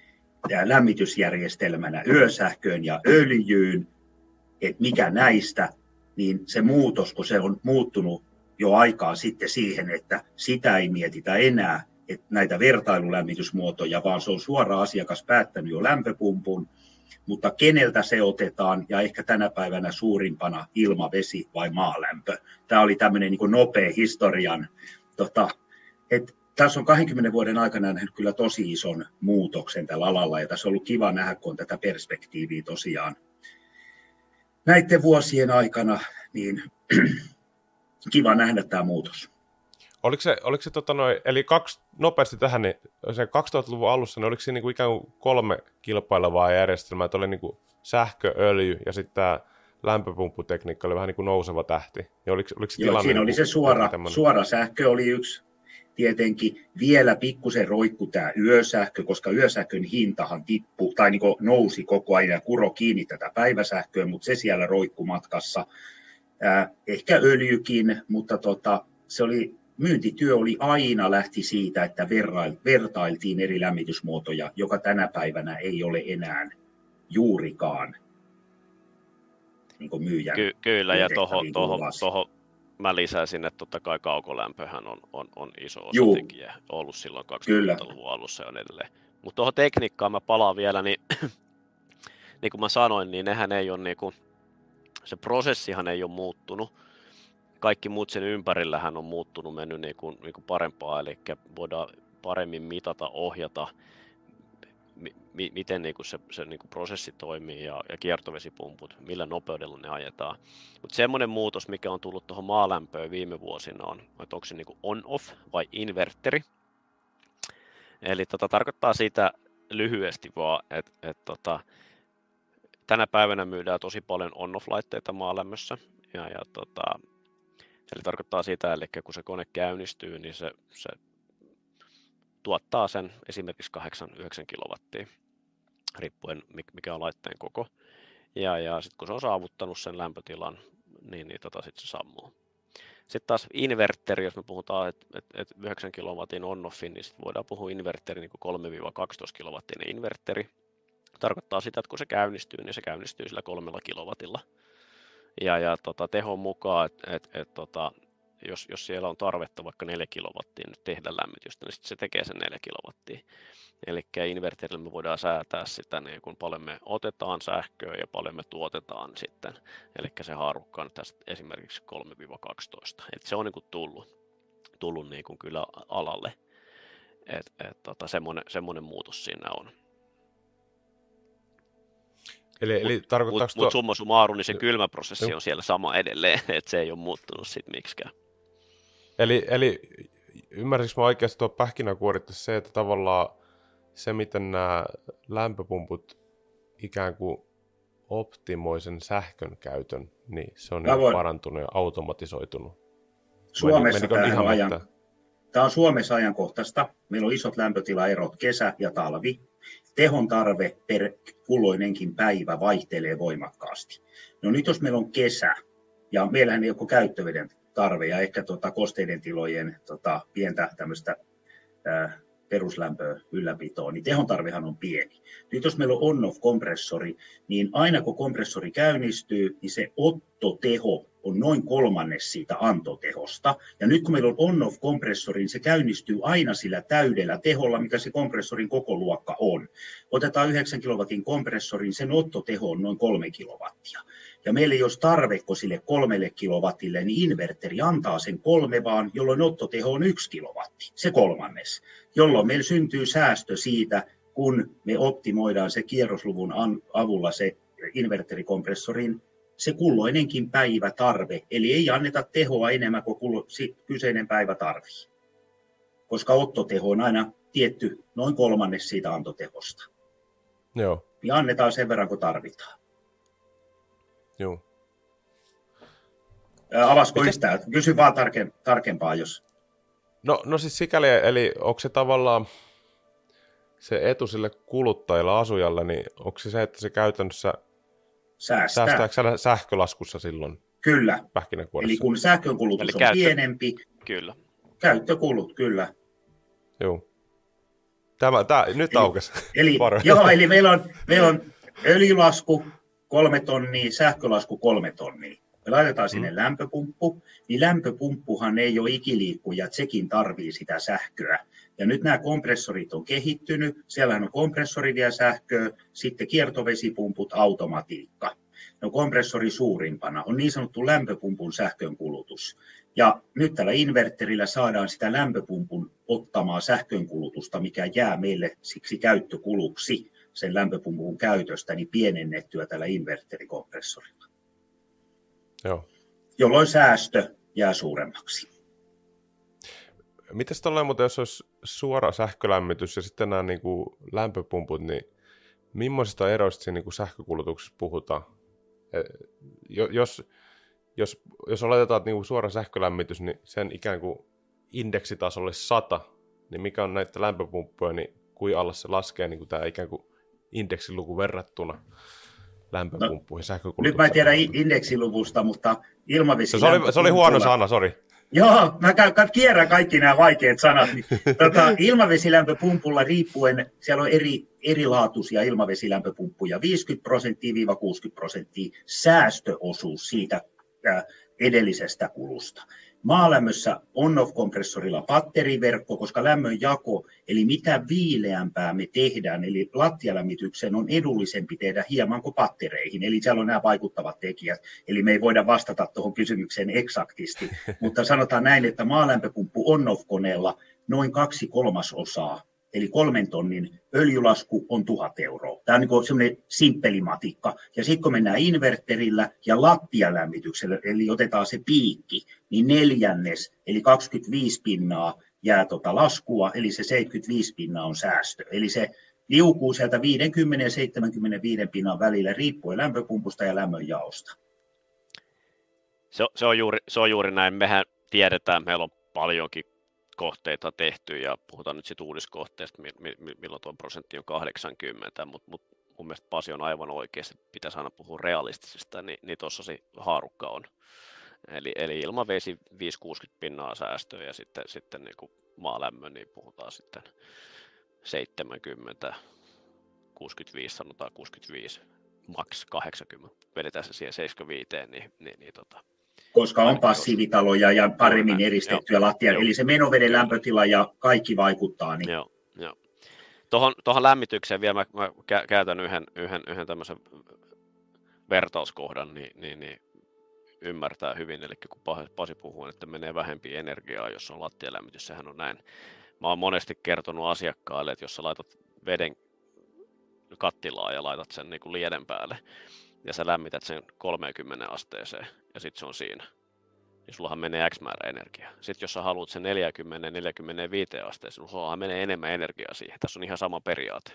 lämmitysjärjestelmänä yösähköön ja öljyyn, että mikä näistä, niin se muutos, kun se on muuttunut jo aikaa sitten siihen, että sitä ei mietitä enää, että näitä vertailulämmitysmuotoja, vaan se on suoraan asiakas päättänyt jo lämpöpumpun, mutta keneltä se otetaan, ja ehkä tänä päivänä suurimpana ilma, vesi vai maalämpö. Tämä oli tämmöinen niin nopea historian, että tässä on 20 vuoden aikana nähnyt kyllä tosi ison muutoksen tällä alalla, ja tässä on ollut kiva nähdä, kun on tätä perspektiiviä tosiaan näiden vuosien aikana, niin kiva nähdä tämä muutos. Oliko se eli nopeasti tähän, niin se 2000-luvun alussa, niin oliko siinä niin ikään kuin 3 kilpailevaa järjestelmää, että oli niin kuin sähkö, öljy ja sitten tämä lämpöpumpputekniikka oli vähän niin kuin nouseva tähti. Ja oliko se tilanne siinä oli se suora sähkö oli yksi. Tietenkin vielä pikkusen roikku tämä yösähkö, koska yösähkön hintahan tippui tai niin nousi koko ajan ja kuro kiinni tätä päiväsähköä, mutta se siellä roikku matkassa. Ehkä öljykin, mutta se oli, myyntityö oli aina lähti siitä, että vertailtiin eri lämmitysmuotoja, joka tänä päivänä ei ole enää juurikaan niin myyjän. Kyllä, ja tuohon mä lisäisin, että totta kai kaukolämpöhän on iso osatekijä ollut silloin 2000-luvun alussa ja edelleen. Mutta tuohon tekniikkaan mä palaan vielä, niin niin kuin mä sanoin, niin nehän ei ole niinku, se prosessihan ei ole muuttunut. Kaikki muut sen ympärillähän on muuttunut, mennyt niinku parempaa, eli voidaan paremmin mitata, ohjata, miten niinku se niinku prosessi toimii ja kiertovesipumput, millä nopeudella ne ajetaan. Mutta semmoinen muutos, mikä on tullut tuohon maalämpöön viime vuosina on, että onko se niinku on-off vai inverteri. Eli tarkoittaa sitä lyhyesti vaan, että tänä päivänä myydään tosi paljon on-off-laitteita maalämmössä. Eli tarkoittaa sitä, eli kun se kone käynnistyy, niin se tuottaa sen esimerkiksi 8-9 kilowattia, riippuen mikä on laitteen koko. Ja sitten kun se on saavuttanut sen lämpötilan, niin sitten se sammuu. Sitten taas inverteri, jos me puhutaan, että 9 kilowatin on-offin, niin sitten voidaan puhua inverteri niin kuin 3-12 kilowattinen inverteri. Tarkoittaa sitä, että kun se käynnistyy, niin se käynnistyy sillä 3 kilowatilla. Ja tehon mukaan, että jos siellä on tarvetta vaikka 4 kilowattia nyt tehdä lämmitystä, niin sitten se tekee sen 4 kilowattia. Eli inverterillä me voidaan säätää sitä, niin kun paljon me otetaan sähköä ja paljon me tuotetaan sitten. Eli se haarukka on tästä esimerkiksi 3-12. Et se on niin kuin tullut niin kuin kyllä alalle. Semmoinen muutos siinä on. Eli tarkoittaako Mutta summa summarum, niin se kylmäprosessi on siellä sama edelleen, että se ei ole muuttunut sitten miksikään. Eli ymmärsikö mä oikeasti tuo pähkinänkuoritta se, että tavallaan se, miten nämä lämpöpumput ikään kuin optimoi sen sähkön käytön, niin se on parantunut ja automatisoitunut. Suomessa tämä on Suomessa ajankohtaista. Meillä on isot lämpötilaerot kesä ja talvi. Tehon tarve per kulloinenkin päivä vaihtelee voimakkaasti. No nyt jos meillä on kesä, ja meillähän ei ole käyttöveden tarve, ja ehkä kosteiden tilojen pientä tämmöistä peruslämpöä ylläpitoa, niin tehon tarvehan on pieni. Nyt jos meillä on on-off-kompressori, niin aina kun kompressori käynnistyy, niin se ottoteho on noin 1/3 siitä antotehosta. Ja nyt kun meillä on on-off-kompressori, niin se käynnistyy aina sillä täydellä teholla, mikä se kompressorin koko luokka on. Otetaan 9 kilowatin kompressorin, sen ottoteho on noin 3 kilowattia. Ja meillä jos tarvekko sille 3 kilowattille, niin inverteri antaa sen 3 vaan, jolloin ottoteho on 1 kilowatti, se 1/3. Jolloin meillä syntyy säästö siitä, kun me optimoidaan se kierrosluvun avulla se inverterikompressorin se kulloinenkin päivätarve, eli ei anneta tehoa enemmän kuin kyseinen päivä tarvii, koska ottoteho on aina tietty noin 1/3 siitä antotehosta. Joo. Ja annetaan sen verran, kun tarvitaan. Joo. Avasko yhtään? Kysy vaan tarkempaa, jos... No siis sikäli, eli onko se tavallaan se etu sille kuluttajalle, asujalle, niin onko se, että se käytännössä säästääkö sähkölaskussa silloin? Kyllä. Pähkinänkuoressa? Eli kun sähkönkulutus on pienempi, kyllä. Käyttökulut, kyllä. Joo. Nyt aukesi. Eli meillä on öljylasku 3 tonnia, sähkölasku 3 tonnia. Me laitetaan sinne lämpöpumppu, niin lämpöpumppuhan ei ole ikiliikkuja, että sekin tarvii sitä sähköä. Ja nyt nämä kompressorit on kehittynyt, siellähän on kompressori vie sähköä, sitten kiertovesipumput, automatiikka. No kompressori suurimpana on niin sanottu lämpöpumpun sähkönkulutus. Ja nyt tällä inverterillä saadaan sitä lämpöpumpun ottamaa sähkönkulutusta, mikä jää meille siksi käyttökuluksi sen lämpöpumpun käytöstä, niin pienennettyä tällä inverterikompressorilla. Joo. Jolloin säästö jää suuremmaksi. Mites tolleen muuten, jos olisi suora sähkölämmitys ja sitten nämä niin kuin lämpöpumput, niin millaisista eroista siinä niin kuin sähkökulutuksessa puhutaan? Jos oletetaan, että niin kuin suora sähkölämmitys, niin sen ikään kuin indeksitaso olisi 100, niin mikä on näitä lämpöpumppuja, niin kuin alla se laskee niin kuin tämä ikään kuin indeksiluku verrattuna lämpöpumppuihin, sähkökulutukseen? Nyt mä en tiedä indeksiluvusta, mutta ilmavesilämpöpumpulla... Se oli huono sana, sori. Joo, mä kierrän kaikki nämä vaikeat sanat. Niin, ilmavesilämpöpumpulla riippuen, siellä on erilaatuisia ilmavesilämpöpumppuja, 50%-60% säästöosuus siitä edellisestä kulusta. Maalämmössä on-off-kompressorilla patteriverkko, koska lämmön jako, eli mitä viileämpää me tehdään, eli lattialämmitykseen on edullisempi tehdä hieman kuin pattereihin, eli siellä on nämä vaikuttavat tekijät, eli me ei voida vastata tuohon kysymykseen eksaktisti, mutta sanotaan näin, että maalämpöpumppu on-off-koneella noin 2/3, eli 3 tonnin öljylasku on 1 000 €. Tämä on niin semmoinen simppeli matikka. Ja sitten kun mennään inverterillä ja lattialämmityksellä, eli otetaan se piikki, niin 1/4, eli 25% jää laskua, eli se 75% on säästö. Eli se liukuu sieltä 50 ja 75% välillä riippuen lämpöpumpusta ja lämmönjaosta. Se on juuri näin. Mehän tiedetään, meillä on paljonkin kohteita tehty ja puhutaan nyt sitten uudiskohteista, milloin tuo prosentti on 80, mutta mun mielestä Pasi on aivan oikeasti, pitäisi aina puhua realistisesta, niin tuossa se haarukka on. Eli ilmavesi 5-60% säästöä ja sitten niin kuin maalämmön, niin puhutaan sitten 70, 65 sanotaan 65, maks 80, vedetään se siihen 75, niin koska on passiivitaloja ja paremmin eristettyjä lattia, eli se menoveden lämpötila ja kaikki vaikuttaa. Niin. Joo. Tuohon lämmitykseen vielä mä käytän yhden tämmöisen vertauskohdan, niin ymmärtää hyvin, eli kun Pasi puhuu, että menee vähempi energiaa, jos on lattialämmitys, sehän on näin. Mä oon monesti kertonut asiakkaille, että jos sä laitat veden kattilaan ja laitat sen niin kuin lieden päälle, ja sä lämmität sen 30 asteeseen, ja sitten se on siinä, niin sullahan menee X määrä energiaa. Sitten jos sä haluat sen 40-45 asteeseen, niin sullahan menee enemmän energiaa siihen. Tässä on ihan sama periaate.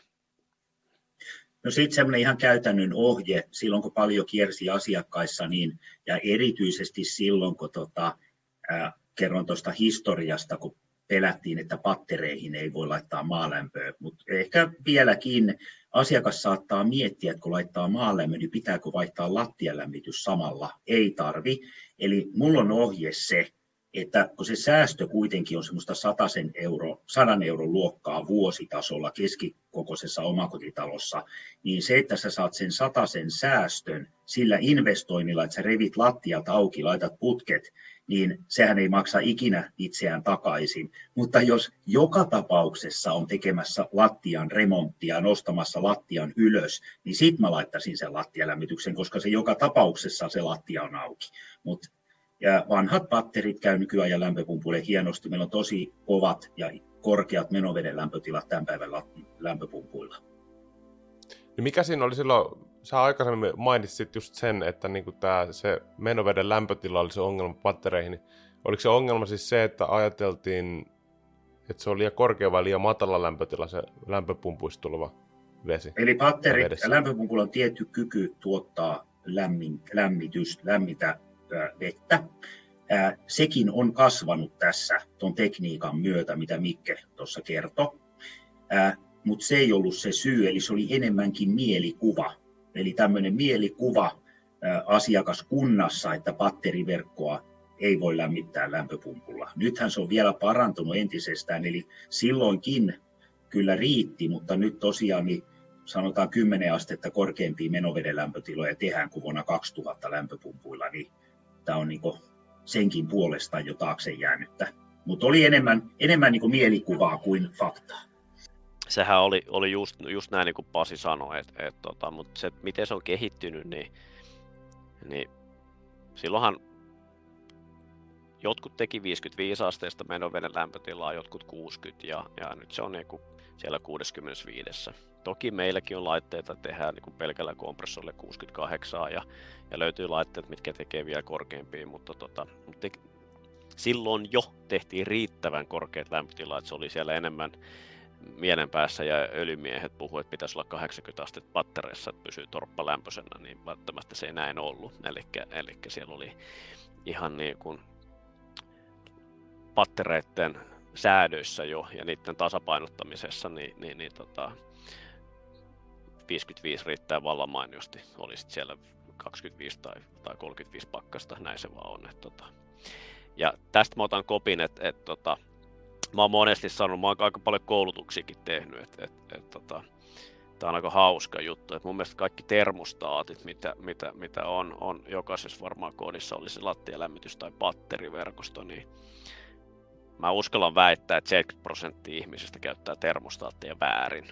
No sitten semmoinen ihan käytännön ohje, silloin kun paljon kiersi asiakkaissa, niin, ja erityisesti silloin, kun kerron tuosta historiasta, kun pelättiin, että pattereihin ei voi laittaa maalämpöä, mutta ehkä vieläkin asiakas saattaa miettiä, että kun laittaa maalämpöä, niin pitääkö vaihtaa lattialämmitys samalla? Ei tarvi. Eli mulla on ohje se, että kun se säästö kuitenkin on semmoista 100 euron luokkaa vuositasolla keskikokoisessa omakotitalossa, niin se, että sä saat sen 100 säästön sillä investoinnilla, että sä revit lattiat auki, laitat putket, niin sehän ei maksa ikinä itseään takaisin. Mutta jos joka tapauksessa on tekemässä lattian remonttia, nostamassa lattian ylös, niin sit mä laittaisin sen lattialämmityksen, koska se joka tapauksessa se lattia on auki. Ja vanhat patterit käy nykyajan lämpöpumpuille hienosti. Meillä on tosi kovat ja korkeat menoveden lämpötilat tämän päivän lämpöpumpuilla. Ja mikä siinä oli silloin, sä aikaisemmin mainitsit just sen, että niinku se menoveden lämpötila oli se ongelma pattereihin. Niin oliko se ongelma siis se, että ajateltiin, että se on liian korkea vai liian matala lämpötila se lämpöpumpuista tuleva vesi? Eli lämpöpumpulla on tietty kyky tuottaa lämmitä vettä. Sekin on kasvanut tässä tuon tekniikan myötä, mitä Mikke tuossa kertoi. Mutta se ei ollut se syy, eli se oli enemmänkin mielikuva. Eli tämmöinen mielikuva asiakaskunnassa, että patteriverkkoa ei voi lämmittää lämpöpumpulla. Nythän se on vielä parantunut entisestään, eli silloinkin kyllä riitti, mutta nyt tosiaan niin sanotaan 10 astetta korkeampia menoveden lämpötiloja tehdään kuin vuonna 2000 lämpöpumpuilla, niin tämä on niinku senkin puolesta jo taakse jäänyttä. Mutta oli enemmän niinku mielikuvaa kuin faktaa. Sehän oli just näin, niin kuin Pasi sanoi, mutta se, miten se on kehittynyt, niin silloinhan jotkut teki 55 asteesta menoveden lämpötilaa, jotkut 60 ja nyt se on niin kuin siellä 65. Toki meilläkin on laitteita, tehdään niin kuin pelkällä kompressorilla 68 ja löytyy laitteet, mitkä tekee vielä korkeampia, mutta silloin jo tehtiin riittävän korkeat lämpötilat, että se oli siellä enemmän mielenpäässä ja öljymiehet puhuivat, että pitäisi olla 80 astetta pattereissa, että pysyy torppa lämpöisenä, niin välttämättä se ei näin ollut. Eli siellä oli ihan niin kuin pattereiden säädöissä jo ja niiden tasapainottamisessa, niin 55 riittää vallan mainiosti. Oli sitten siellä 25 tai 35 pakkasta, näin se vaan on. Ja tästä mä otan kopin, että mä oon monesti sanonut, mä oon aika paljon koulutuksiakin tehnyt, että tää on aika hauska juttu, että mun mielestä kaikki termostaatit, mitä on jokaisessa varmaan kodissa, oli se lattialämmitys tai patteriverkosto, niin mä uskallan väittää, että 70% ihmisistä käyttää termostaatteja väärin.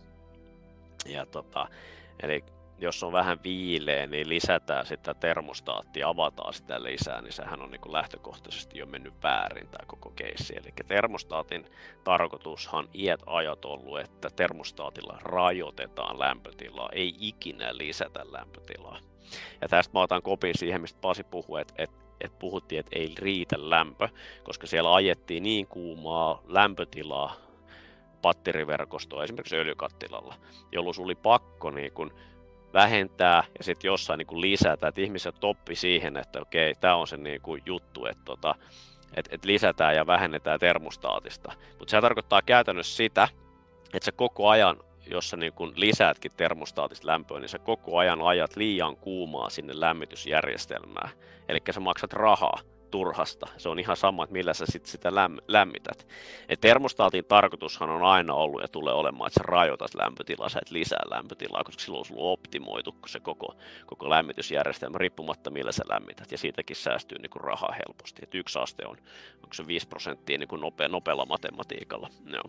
Ja eli jos on vähän viileä, niin lisätään sitä termostaattia, avataan sitä lisää, niin sehän on niin kuin lähtökohtaisesti jo mennyt väärin tämä koko keissi. Eli termostaatin tarkoitushan iät ajat ollut, että termostaatilla rajoitetaan lämpötilaa, ei ikinä lisätä lämpötilaa. Ja tästä mä otan kopin siihen, mistä Pasi puhui, että puhuttiin, että ei riitä lämpö, koska siellä ajettiin niin kuumaa lämpötilaa patteriverkostoa esimerkiksi öljykattilalla, jolloin oli pakko niin kuin vähentää ja sitten jossain niin kuin lisätä, että ihmiset oppi siihen, että okei, tämä on se niin kuin juttu, että lisätään ja vähennetään termostaatista. Mutta se tarkoittaa käytännössä sitä, että sä koko ajan, jos sä niin kun lisäätkin termostaatista lämpöä, niin sä koko ajan ajat liian kuumaa sinne lämmitysjärjestelmään. Eli sä maksat rahaa turhasta. Se on ihan sama, että millä sä sitä lämmität. Et termostaatin tarkoitushan on aina ollut ja tulee olemaan, että sä rajoitat lämpötilaa, sä et lisää lämpötilaa, koska silloin sulla on optimoitu se koko lämmitysjärjestelmä riippumatta millä sä lämmität. Ja siitäkin säästyy niin kuin rahaa helposti. Et 1 aste on, onko se 5% niin kuin nopealla matematiikalla.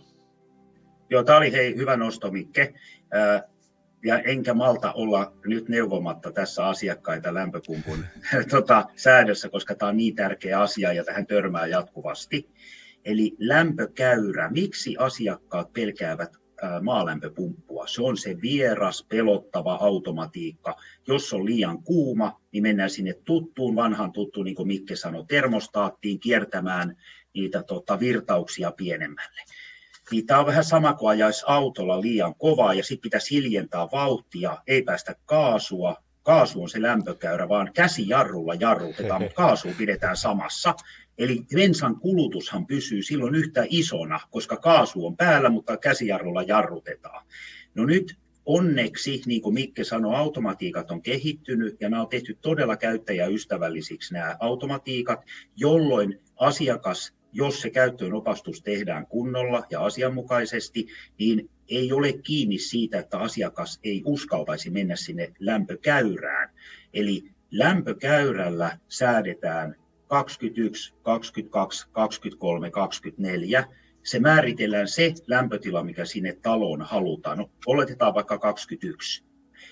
Joo, tämä oli hyvä nosto, Mikke. Ja enkä malta olla nyt neuvomatta tässä asiakkaita lämpöpumpun säädössä, koska tämä on niin tärkeä asia ja tähän törmää jatkuvasti. Eli lämpökäyrä. Miksi asiakkaat pelkäävät maalämpöpumppua? Se on se vieras, pelottava automatiikka. Jos on liian kuuma, niin mennään sinne vanhaan tuttuun, niin kuin Mikke sanoi, termostaattiin kiertämään niitä virtauksia pienemmälle. Niin tämä on vähän sama kuin ajaisi autolla liian kovaa ja sitten pitäisi hiljentää vauhtia, ei päästä kaasua. Kaasu on se lämpökäyrä, vaan käsijarrulla jarrutetaan, mutta kaasua pidetään samassa. Eli bensan kulutushan pysyy silloin yhtä isona, koska kaasu on päällä, mutta käsijarrulla jarrutetaan. No nyt onneksi, niin kuin Mikke sanoi, automatiikat on kehittynyt ja nämä on tehty todella käyttäjäystävällisiksi nämä automatiikat, jolloin asiakas, jos se käyttöönopastus tehdään kunnolla ja asianmukaisesti, niin ei ole kiinni siitä, että asiakas ei uskaltaisi mennä sinne lämpökäyrään. Eli lämpökäyrällä säädetään 21, 22, 23, 24. Se määritellään se lämpötila, mikä sinne taloon halutaan. No, oletetaan vaikka 21.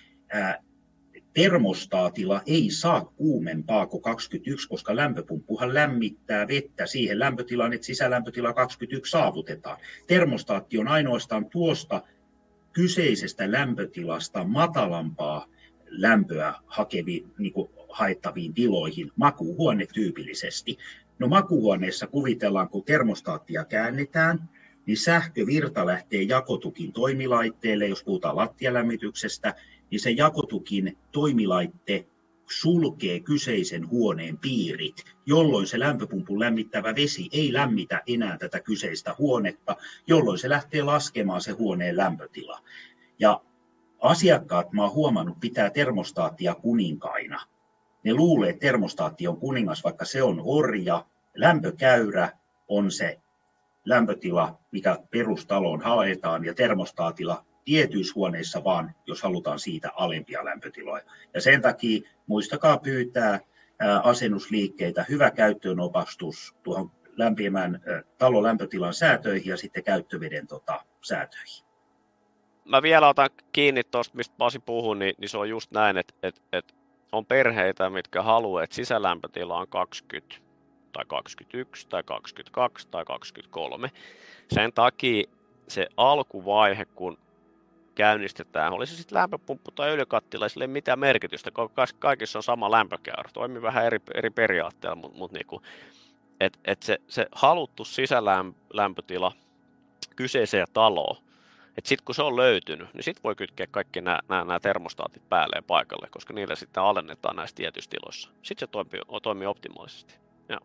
Termostaatilla ei saa kuumempaa kuin 21, koska lämpöpumppuhan lämmittää vettä siihen lämpötilaan, että sisälämpötila 21 saavutetaan. Termostaatti on ainoastaan tuosta kyseisestä lämpötilasta matalampaa lämpöä haettaviin tiloihin, makuuhuone tyypillisesti. No makuuhuoneessa kuvitellaan, kun termostaattia käännetään, niin sähkövirta lähtee jakotukin toimilaitteelle, jos puhutaan lattialämmityksestä, niin se jakotukin toimilaitte sulkee kyseisen huoneen piirit, jolloin se lämpöpumpun lämmittävä vesi ei lämmitä enää tätä kyseistä huonetta, jolloin se lähtee laskemaan se huoneen lämpötila. Ja asiakkaat, mä oon huomannut, pitää termostaattia kuninkaina. Ne luulee, että termostaatti on kuningas, vaikka se on orja. Lämpökäyrä on se lämpötila, mikä perustaloon haetaan, ja termostaatilla tietyissä huoneissa vaan, jos halutaan siitä alempia lämpötiloja. Ja sen takia muistakaa pyytää asennusliikkeitä, hyvä käyttöönopastus tuohon lämpimän talon lämpötilan säätöihin ja sitten käyttöveden säätöihin. Mä vielä otan kiinni tuosta, mistä Pasi puhui, niin se on just näin, että on perheitä, mitkä haluaa, että sisälämpötila on 20 tai 21 tai 22 tai 23. Sen takia se alkuvaihe, kun käynnistetään, oli se sitten lämpöpumppu tai öljykattila, sillä ei mitään merkitystä, kaikissa on sama lämpökäyrä, toimii vähän eri periaatteella, mutta niinku, se haluttu sisälämpötila kyseiseen taloon, että sitten kun se on löytynyt, niin sitten voi kytkeä kaikki nämä termostaatit päälleen paikalle, koska niille sitten alennetaan näissä tietyissä tiloissa. Sitten se toimii optimaalisesti. Ja.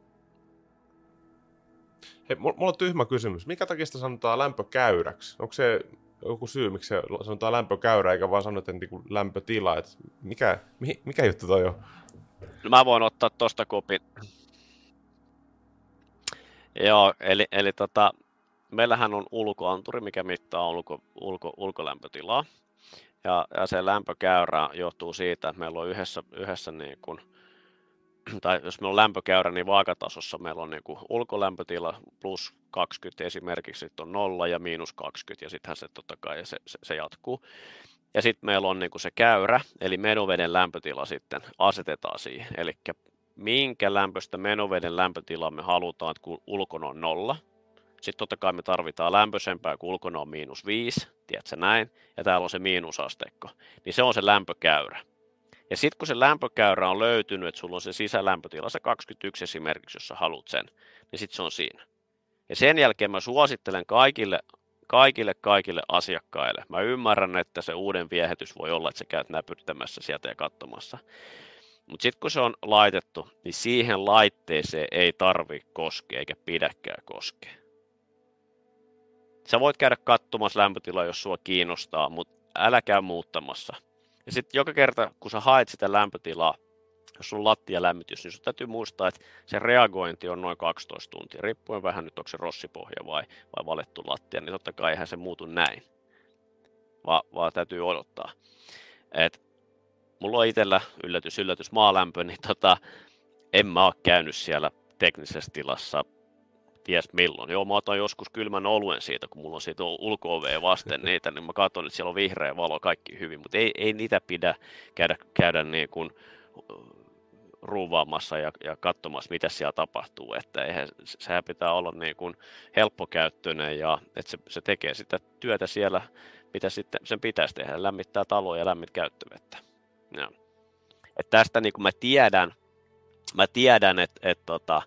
Hei, mulla on tyhmä kysymys. Mikä takia sitä sanotaan lämpökäyräksi? Onko se joku syy, miksi se sanotaan lämpökäyrä, eikä vaan sanota niin lämpötila? Et mikä juttu toi on? No mä voin ottaa tosta kopin. Joo, eli meillähän on ulkoanturi, mikä mittaa ulkolämpötilaa. Ja se lämpökäyrä johtuu siitä, että meillä on yhdessä niin kuin, tai jos meillä on lämpökäyrä, niin vaakatasossa meillä on niin kuin ulkolämpötila plus 20 esimerkiksi, sitten on 0 ja miinus 20, ja sittenhän se totta kai se jatkuu. Ja sitten meillä on niin kuin se käyrä, eli menoveden lämpötila sitten asetetaan siihen. Eli minkä lämpöistä menoveden lämpötilaa me halutaan, että kun ulkona on 0. Sitten totta kai me tarvitaan lämpöisempää, kun ulkona on -5, tiedätkö näin, ja täällä on se miinusasteikko. Niin se on se lämpökäyrä. Ja sitten kun se lämpökäyrä on löytynyt, että sulla on se sisälämpötila, se 21 esimerkiksi, jos sä haluat sen, niin sitten se on siinä. Ja sen jälkeen mä suosittelen kaikille asiakkaille. Mä ymmärrän, että se uuden viehätys voi olla, että sä käyt näpyttämässä sieltä ja katsomassa. Mutta sitten kun se on laitettu, niin siihen laitteeseen ei tarvitse koskea eikä pidäkään koskea. Sä voit käydä katsomassa lämpötilaa, jos sua kiinnostaa, mutta älä käy muuttamassa. Ja sitten joka kerta, kun sä haet sitä lämpötilaa, jos sun lattialämmitys, niin sun täytyy muistaa, että se reagointi on noin 12 tuntia. Riippuen vähän nyt, onko se rossipohja vai valettu lattia, niin totta kai eihän se muutu näin. Vaan täytyy odottaa. Et mulla on itsellä yllätys maalämpö, niin en mä ole käynyt siellä teknisessä tilassa ties milloin. Joo, mä otan joskus kylmän oluen siitä, kun mulla on siitä ulko-ovea vasten niitä, niin mä katson, että siellä on vihreä valo, kaikki hyvin, mutta ei niitä pidä käydä niin kuin ruuvaamassa ja katsomassa, mitä siellä tapahtuu, että sehän pitää olla niin kuin helppokäyttöinen ja että se tekee sitä työtä siellä, mitä sitten sen pitäisi tehdä, lämmittää taloa ja lämmit käyttövettä. Ja. Et tästä niin kuin mä tiedän, että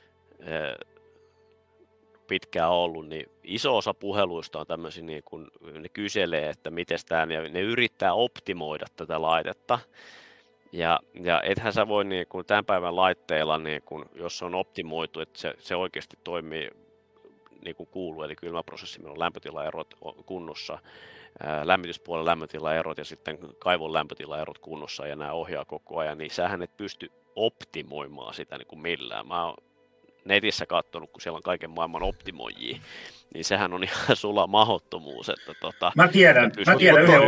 pitkään ollut, niin iso osa puheluista on tämmöisiä, niin kun ne kyselee, että miten tämä, ja ne yrittää optimoida tätä laitetta. Ja ethän sä voi niin kun tämän päivän laitteilla, niin kun, jos se on optimoitu, että se oikeasti toimii niin kuin kuuluu, eli kylmäprosessi, meillä on lämpötilaerot kunnossa, lämmityspuolen lämpötilaerot ja sitten kaivon lämpötilaerot kunnossa, ja nämä ohjaa koko ajan, niin sähän et pysty optimoimaan sitä niin kuin millään. Mä oon netissä katsonut, kun siellä on kaiken maailman optimoijia, niin sehän on ihan sula mahdottomuus. Että Mä tiedän yhden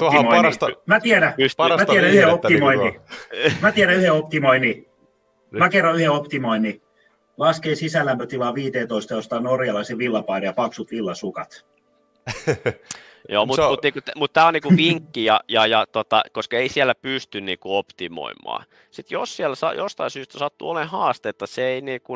optimoinnin. Mä kerron yhden optimoinnin. Laskee sisälämpötilaa 15, ostaa norjalaisen villapaidan ja paksut villasukat. Joo, mutta tämä on niinku vinkki, koska ei siellä pysty niinku optimoimaan. Sitten jos siellä jostain syystä sattuu olemaan haasteetta, se ei niinku,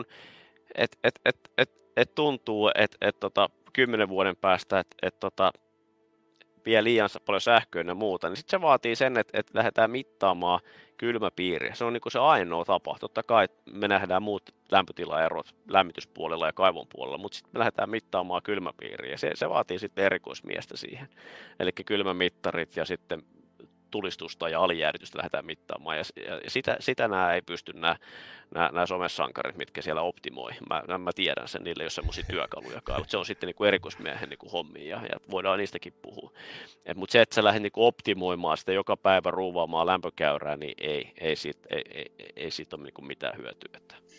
tuntuu, että 10 vuoden päästä, että vie liian paljon sähköä ja muuta, niin sitten se vaatii sen, että lähdetään mittaamaan kylmäpiiriä. Se on niin kuin se ainoa tapa. Totta kai me nähdään muut lämpötilaerot lämmityspuolella ja kaivon puolella, mutta sitten me lähdetään mittaamaan kylmäpiiriä. Se vaatii sitten erikoismiestä siihen. Eli kylmämittarit ja sitten tulistusta ja alijääritystä lähdetään mittaamaan. Ja sitä nämä ei pysty nämä somesankarit, mitkä siellä optimoi. Mä tiedän sen, niillä ei ole semmoisia työkaluja, mutta se on sitten niin kuin erikoismiehen niin kuin hommia ja voidaan niistäkin puhua. Mutta se, että sä lähdet niin kuin optimoimaan sitä joka päivä ruuvaamaan lämpökäyrää, niin ei siitä ole niin kuin mitään hyötyä.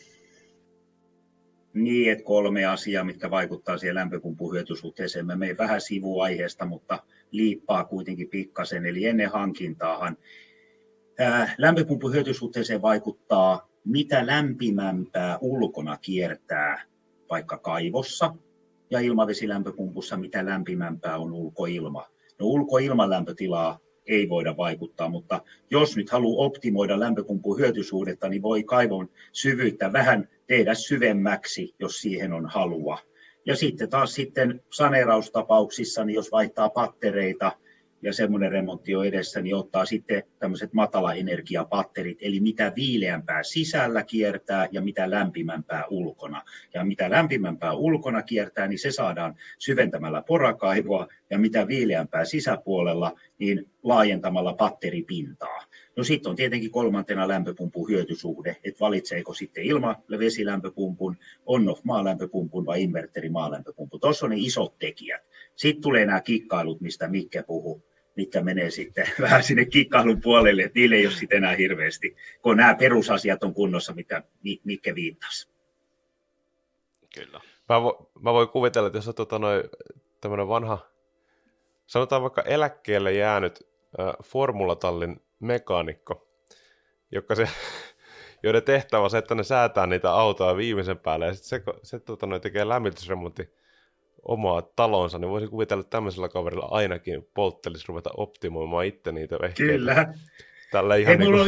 Niin, että 3 asiaa, mitkä vaikuttaa siihen lämpöpumpun hyötysuhteeseen. Mä menen vähän sivuaiheesta, mutta liippaa kuitenkin pikkasen. Eli ennen hankintaahan lämpöpumpun hyötysuhteeseen vaikuttaa, mitä lämpimämpää ulkona kiertää vaikka kaivossa ja ilmavesilämpöpumpussa, mitä lämpimämpää on ulkoilma. No ulkoilman lämpötilaa ei voida vaikuttaa, mutta jos nyt haluaa optimoida lämpöpumpun hyötysuhdetta, niin voi kaivon syvyyttä vähän tehdä syvemmäksi, jos siihen on halua. Ja sitten taas saneeraustapauksissa, niin jos vaihtaa pattereita, ja semmoinen remontti on edessä, niin ottaa sitten tämmöiset matalaenergiapatterit, eli mitä viileämpää sisällä kiertää ja mitä lämpimämpää ulkona. Ja mitä lämpimämpää ulkona kiertää, niin se saadaan syventämällä porakaivoa, ja mitä viileämpää sisäpuolella, niin laajentamalla patteripintaa. No sitten on tietenkin kolmantena lämpöpumpun hyötysuhde, että valitseeko sitten ilma-vesilämpöpumpun, on-off maalämpöpumpun vai inverteri maalämpöpumpun. Tuossa on ne isot tekijät. Sitten tulee nämä kikkailut, mistä Mikke puhui, mitkä menee sitten vähän sinne kikkailun puolelle, että niille ei ole sitten enää hirveästi, kun nämä perusasiat on kunnossa, mitä Mikke viittasi. Kyllä. Mä voin kuvitella, että jos on tämmöinen vanha, sanotaan vaikka eläkkeelle jäänyt formulatallin mekaanikko, joiden tehtävä on se, että ne säätää niitä autoja viimeisen päälle, ja sitten se tekee lämmitysremontti omaa talonsa, niin voisin kuvitella, että tämmöisellä kaverilla ainakin polttelisi ruveta optimoimaan itse niitä vehkeitä. Kyllä. Tällä ihan Hei,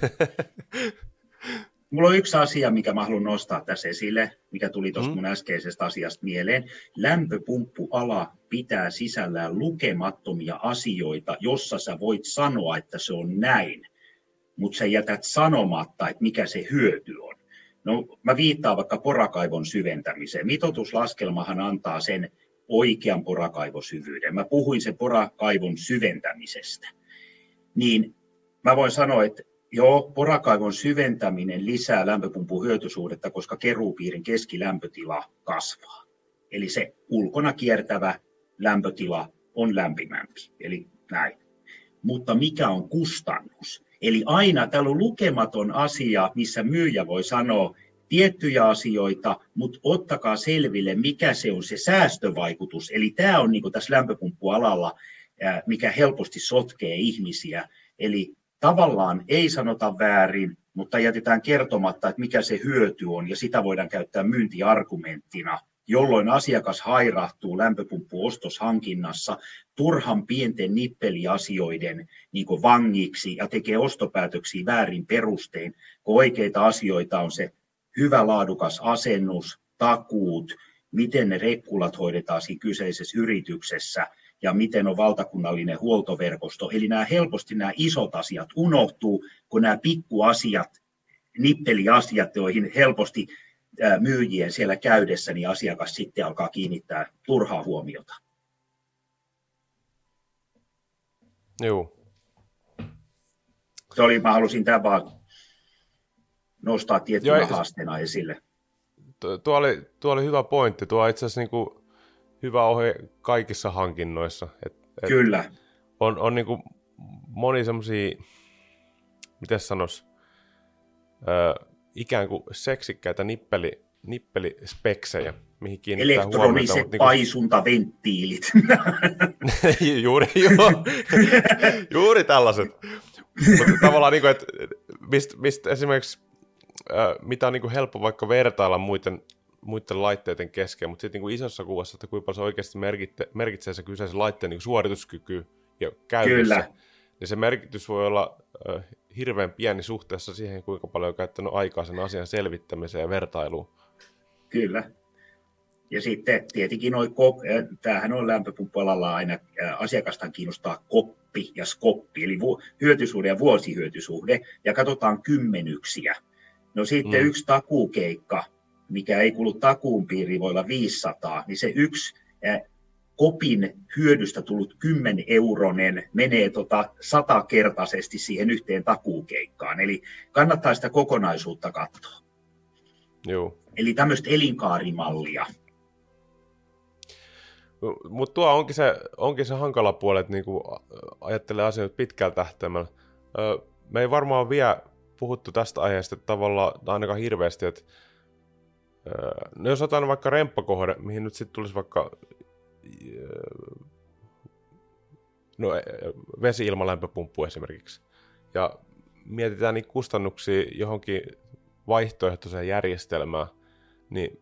mulla on yksi asia, mikä mä haluan nostaa tässä esille, mikä tuli tuosta mun äskeisestä asiasta mieleen. Lämpöpumppuala pitää sisällään lukemattomia asioita, jossa sä voit sanoa, että se on näin, mutta sä jätät sanomatta, että mikä se hyöty on. No, mä viittaan vaikka porakaivon syventämiseen. Mitoituslaskelmahan antaa sen oikean porakaivosyvyyden. Mä puhuin sen porakaivon syventämisestä. Niin mä voin sanoa, että joo, porakaivon syventäminen lisää lämpöpumpun hyötysuhdetta, koska keruupiirin keskilämpötila kasvaa. Eli se ulkona kiertävä lämpötila on lämpimämpi. Eli näin. Mutta mikä on kustannus? Eli aina täällä on lukematon asia, missä myyjä voi sanoa tiettyjä asioita, mutta ottakaa selville, mikä se on se säästövaikutus. Eli tämä on niin kuin tässä lämpöpumppualalla, mikä helposti sotkee ihmisiä. Eli tavallaan ei sanota väärin, mutta jätetään kertomatta, että mikä se hyöty on, ja sitä voidaan käyttää myyntiargumenttina, jolloin asiakas hairahtuu lämpöpumppuostoshankinnassa turhan pienten nippeliasioiden niin kuin vangiksi ja tekee ostopäätöksiä väärin perustein, kun oikeita asioita on se hyvä laadukas asennus, takuut, miten ne rekkulat hoidetaan siinä kyseisessä yrityksessä ja miten on valtakunnallinen huoltoverkosto. Eli helposti nämä isot asiat unohtuu, kun nämä pikkuasiat, nippeliasiat, joihin helposti myyjien siellä käydessä, niin asiakas sitten alkaa kiinnittää turhaa huomiota. Joo. Mä halusin tämän vaan nostaa tiettynä haasteena esille. Tuo oli hyvä pointti. Tuo on itse asiassa niinku hyvä ohje kaikissa hankinnoissa. Kyllä. On niinku moni semmosia, miten sanois, ikään kuin seksikkäitä nippelispeksejä, mihin kiinnittää huomiota. Elektroniset paisuntaventtiilit. Juuri tällaiset. Mutta tavallaan, niin kuin, että mistä esimerkiksi, mitä on niin kuin helppo vaikka vertailla muiden laitteiden kesken, mutta sitten niin isossa kuvassa, että kuinka paljon se oikeasti merkitsee se kyseisen laitteen niin suorituskyky ja käytössä, kyllä, niin se merkitys voi olla hirveän pieni suhteessa siihen, kuinka paljon on käyttänyt aikaa sen asian selvittämiseen ja vertailuun. Kyllä. Ja sitten tietenkin tämähän on lämpöpumppualalla aina asiakastaan kiinnostaa koppi ja skoppi, eli hyötysuhde ja vuosihyötysuhde, ja katsotaan kymmenyksiä. No sitten yksi takuukeikka, mikä ei kulu takuun piiriin, voi olla 500, niin se yksi kopin hyödystä tullut 10-euronen menee 100-kertaisesti siihen yhteen takuukeikkaan. Eli kannattaa sitä kokonaisuutta katsoa. Joo. Eli tämmöistä elinkaarimallia. Mutta tuo onkin se hankala puoli, että niinku ajattelee asioita pitkällä tähtäimellä. Me ei varmaan vielä puhuttu tästä aiheesta tavallaan ainakaan hirveästi, että no jos otan vaikka remppakohde, mihin nyt sitten tulisi vaikka vesi-ilmalämpöpumppu esimerkiksi, ja mietitään niitä kustannuksia johonkin vaihtoehtoiseen järjestelmään, niin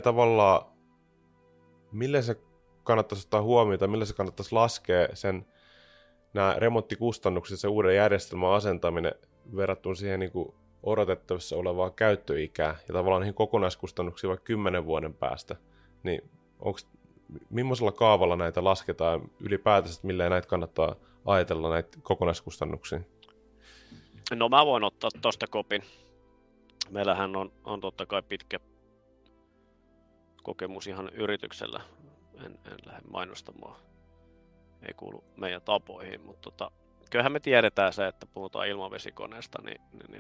millä se kannattaisi ottaa huomioon, millä se kannattaisi laskea nämä remonttikustannukset, se uuden järjestelmän asentaminen verrattuna siihen niin kuin odotettavissa olevaa käyttöikää ja tavallaan niihin kokonaiskustannuksiin vaikka 10 vuoden päästä, niin millaisella kaavalla näitä lasketaan ylipäätänsä, että millä näitä kannattaa ajatella näitä kokonaiskustannuksia? No mä voin ottaa tuosta kopin. Meillähän on totta kai pitkä kokemus ihan yrityksellä. En lähde mainostamaan. Ei kuulu meidän tapoihin, mutta kyllähän me tiedetään se, että puhutaan ilmavesikoneesta, niin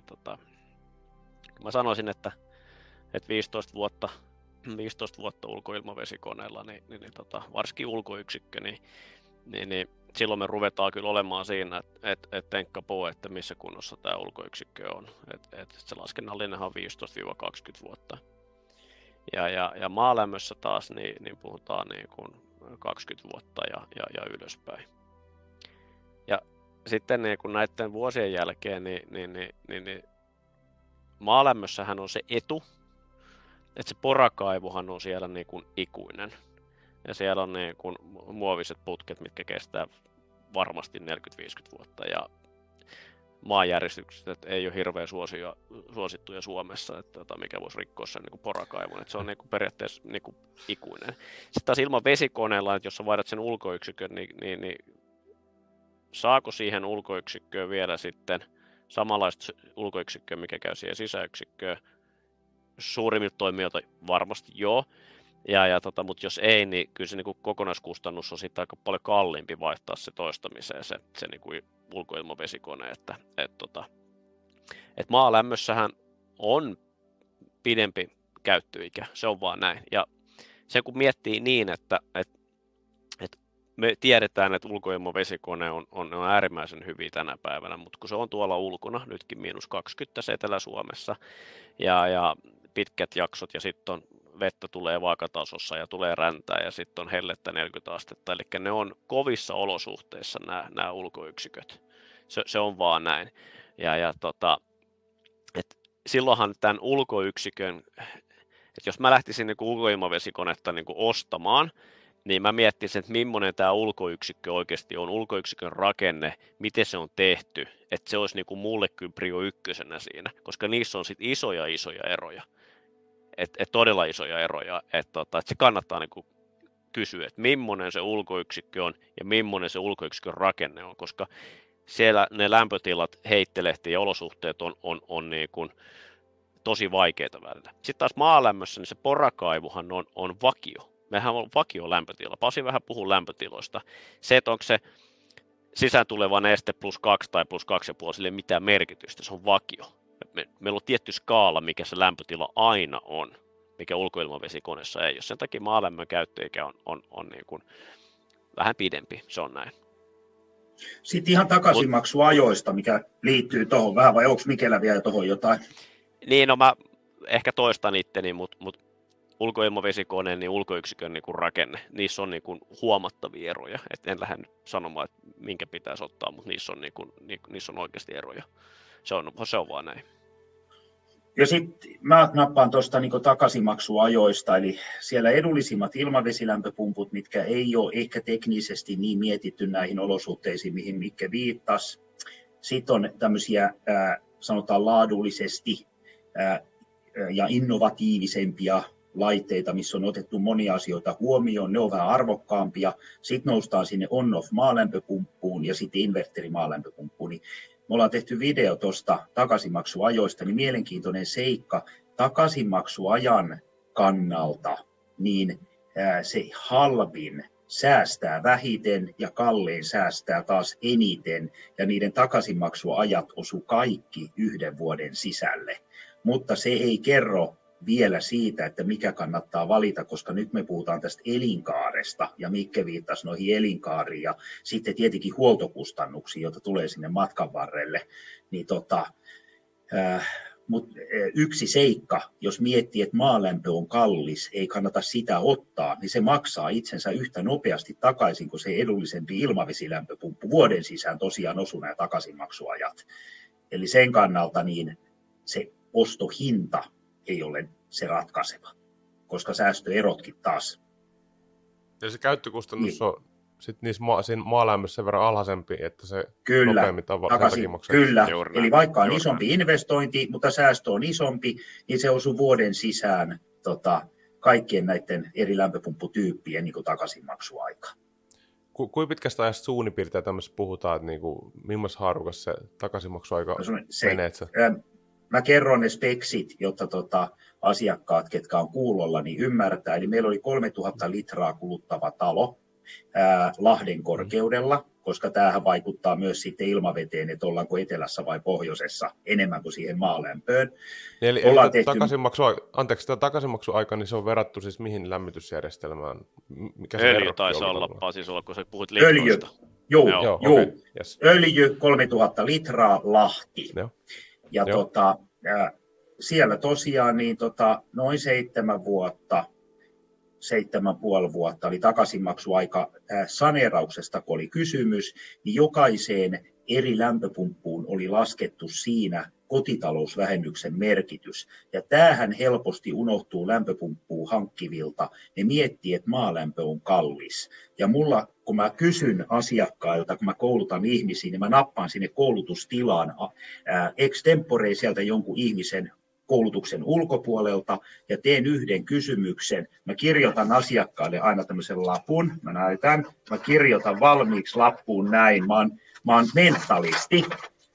mä sanoisin, että 15 vuotta ulkoilmavesikoneella, niin varsinkin ulkoyksikkö, niin silloin me ruvetaan kyllä olemaan siinä, että tenkkapoo, että missä kunnossa tämä ulkoyksikkö on. Et se laskennallinenhan on 15-20 vuotta. Ja maalämmössä taas niin puhutaan niin kuin 20 vuotta ja ylöspäin. Ja sitten niin kuin näiden vuosien jälkeen, niin maalämmössähän on se etu, että se porakaivuhan on siellä niin kuin ikuinen. Ja siellä on niin kuin muoviset putket, mitkä kestää varmasti 40-50 vuotta. Ja maanjäristykset ei ole hirveän suosittuja Suomessa, että mikä voisi rikkoa sen niin porakaivun. Että se on niin kuin periaatteessa niin kuin ikuinen. Sitten taas ilman vesikoneella, että jos sä vaihdat sen ulkoyksikön, niin saako siihen ulkoyksikköön vielä sitten samanlaista ulkoyksikköä, mikä käy siihen sisäyksikköön? Suurimmilta toimijoilta varmasti joo. Mutta jos ei, niin kyllä se niin kokonaiskustannus on sitten aika paljon kalliimpi vaihtaa se toistamiseen, se niin ulkoilmavesikone. Että maalämmössähän on pidempi käyttöikä, se on vaan näin. Ja se kun miettii niin, että me tiedetään, että ulkoilmavesikone on äärimmäisen hyviä tänä päivänä, mutta kun se on tuolla ulkona, nytkin -20 Etelä-Suomessa, ja pitkät jaksot, ja sitten vettä tulee vaakatasossa ja tulee räntää ja sitten on hellettä 40 astetta. Eli ne on kovissa olosuhteissa nämä ulkoyksiköt. Se on vaan näin. Silloinhan tämän ulkoyksikön, että jos mä lähtisin niin ulkoilmavesikonetta niin ostamaan, niin mä miettisin, että millainen tämä ulkoyksikkö oikeasti on, ulkoyksikön rakenne, miten se on tehty, että se olisi niin kuin mulle kyllä prio ykkösenä siinä, koska niissä on sitten isoja eroja. Todella isoja eroja, että se kannattaa niin kysyä, että millainen se ulkoyksikkö on ja millainen se ulkoyksikön rakenne on, koska siellä ne lämpötilat heittelehtii ja olosuhteet on niin kuin tosi vaikeita välillä. Sitten taas maalämmössä niin se porakaivuhan on vakio. Mehän on vakio lämpötila. Pasi vähän puhuu lämpötiloista. Se, että onko se sisään tuleva neste +2 tai +2,5, sille ei mitään merkitystä, se on vakio. Meillä on tietty skaala, mikä se lämpötila aina on, mikä ulkoilmavesikoneessa ei ole. Sen takia maalämmön käyttöikä on niin kuin vähän pidempi, se on näin. Sitten ihan takaisinmaksuajoista, mikä liittyy tuohon vähän, vai onko Mikellä vielä tuohon jotain? Niin, no mä ehkä toistan itteni, mutta ulkoilmavesikoneen niin ulkoyksikön niin kuin rakenne, niissä on niin kuin huomattavia eroja. Et en lähde sanomaan, että minkä pitäisi ottaa, mutta niissä on oikeasti eroja. Se on vaan näin. Ja sitten mä nappaan tuosta niin takaisinmaksuajoista, eli siellä edullisimmat ilmavesilämpöpumput, mitkä ei ole ehkä teknisesti niin mietitty näihin olosuhteisiin, mihin Mikke viittasi. Sitten on tämmöisiä, sanotaan laadullisesti ja innovatiivisempia laitteita, missä on otettu monia asioita huomioon, ne on vähän arvokkaampia. Sitten noustaan sinne on-off maalämpöpumppuun ja sitten inverteri maalämpöpumppuun. Niin me ollaan tehty video tuosta takaisinmaksuajoista, niin mielenkiintoinen seikka takaisinmaksuajan kannalta, niin se halvin säästää vähiten ja kallein säästää taas eniten, ja niiden takaisinmaksuajat osu kaikki 1 vuoden sisälle. Mutta se ei kerro vielä siitä, että mikä kannattaa valita, koska nyt me puhutaan tästä elinkaaresta, ja Mikke viittasi noihin elinkaariin, ja sitten tietenkin huoltokustannuksiin, joita tulee sinne matkan varrelle. Niin mutta yksi seikka, jos miettii, että maalämpö on kallis, ei kannata sitä ottaa, niin se maksaa itsensä yhtä nopeasti takaisin kuin se edullisempi ilmavesilämpöpumppu. Vuoden sisään tosiaan osuu nämä takaisinmaksuajat. Eli sen kannalta niin se ostohinta ei ole se ratkaiseva, koska säästöerotkin taas. Eli se käyttökustannus on sitten siinä maalämmössä sen verran alhaisempi, että se kyllä, nopeammin takaisin maksaa. Kyllä, eli vaikka on isompi investointi, mutta säästö on isompi, niin se osuu vuoden sisään kaikkien näiden eri lämpöpumpputyyppien niin kuin takaisinmaksuaika. Kuinka pitkästä ajasta suunnilleen tämmöisessä puhutaan, että niin millaisessa haarukassa se takaisinmaksuaika menee? Mä kerron ne speksit, jotta asiakkaat, ketkä on kuulolla, niin ymmärtää. Eli meillä oli 3000 litraa kuluttava talo Lahden korkeudella, koska tämähän vaikuttaa myös sitten ilmaveteen, että ollaanko etelässä vai pohjoisessa enemmän kuin siihen maalämpöön. Eli tämä takaisinmaksuaika, niin se on verrattu siis mihin lämmitysjärjestelmään? Mikä se öljy taisi olla, Pasi, sulla, kun sä puhut litroista. Joo. Okay. Yes. Öljy 3000 litraa Lahti. Joo. Ja siellä tosiaan niin noin 7,5 vuotta oli takaisinmaksuaika saneerauksesta, kun oli kysymys, niin jokaiseen eri lämpöpumppuun oli laskettu siinä kotitalousvähennyksen merkitys. Ja tämähän helposti unohtuu lämpöpumppuun hankkivilta. Ne miettii, että maalämpö on kallis. Ja mulla, kun mä kysyn asiakkailta, kun mä koulutan ihmisiä, niin mä nappaan sinne koulutustilaan extempore sieltä jonkun ihmisen koulutuksen ulkopuolelta ja teen yhden kysymyksen. Mä kirjoitan asiakkaalle aina tämmöisen lapun. Mä kirjoitan valmiiksi lappuun näin. Mä oon mentalisti.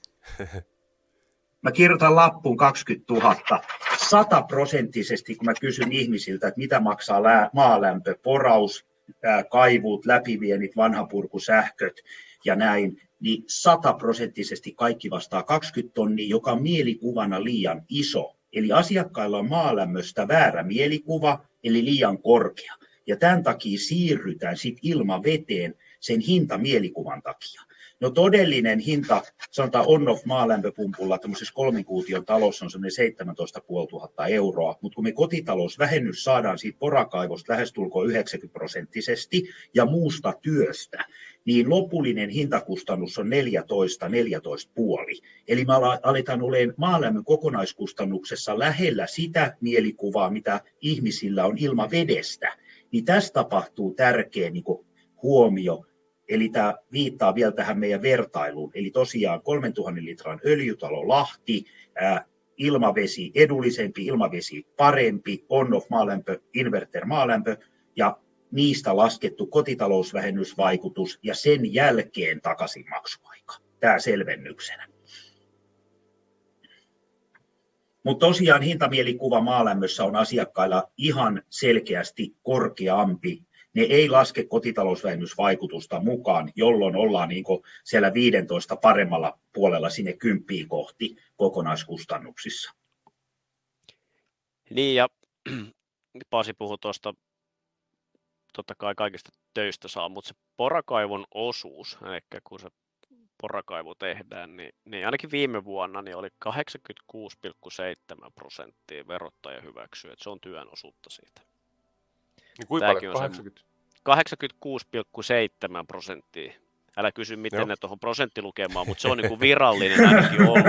Mä kirjoitan lappuun 20 000. 100%, kun mä kysyn ihmisiltä, että mitä maksaa maalämpö, poraus, kaivut, läpivienit, vanhapurkusähköt ja näin, niin 100% kaikki vastaa 20 tonnia, joka on mielikuvana liian iso. Eli asiakkailla on maalämmöstä väärä mielikuva, eli liian korkea. Ja tämän takia siirrytään sitten ilmaveteen sen hintamielikuvan takia. No todellinen hinta, sanotaan on-off maalämpöpumpulla, tämmöisessä 3 kuution talossa on semmoinen 17 500 €, mutta kun me kotitalousvähennys saadaan siitä porakaivosta lähestulkoon 90% ja muusta työstä, niin lopullinen hintakustannus on 14,5. Eli me aletaan olemaan maalämmön kokonaiskustannuksessa lähellä sitä mielikuvaa, mitä ihmisillä on ilmavedestä. Niin tässä tapahtuu tärkeä huomio. Eli tämä viittaa vielä tähän meidän vertailuun. Eli tosiaan 3000 litran öljytalo Lahti, ilmavesi edullisempi, ilmavesi parempi, on-off maalämpö, inverter maalämpö ja niistä laskettu kotitalousvähennysvaikutus ja sen jälkeen takaisinmaksuaika. Tämä selvennyksenä. Mutta tosiaan hintamielikuva maalämmössä on asiakkailla ihan selkeästi korkeampi. Ne ei laske kotitalousvähennysvaikutusta mukaan, jolloin ollaan siellä 15 paremmalla puolella sinne 10 kohti kokonaiskustannuksissa. Niin ja Pasi puhui tuosta, totta kai kaikista töistä saa, mutta se porakaivon osuus, eli kun se porakaivu tehdään, niin ainakin viime vuonna niin oli 86,7% verottaja hyväksyy, että se on työn osuutta siitä. Niin kuinka paljon? 86,7%. Älä kysy, miten ne tuohon prosenttilukemaan, mutta se on niin kuin virallinen ainakin ollut.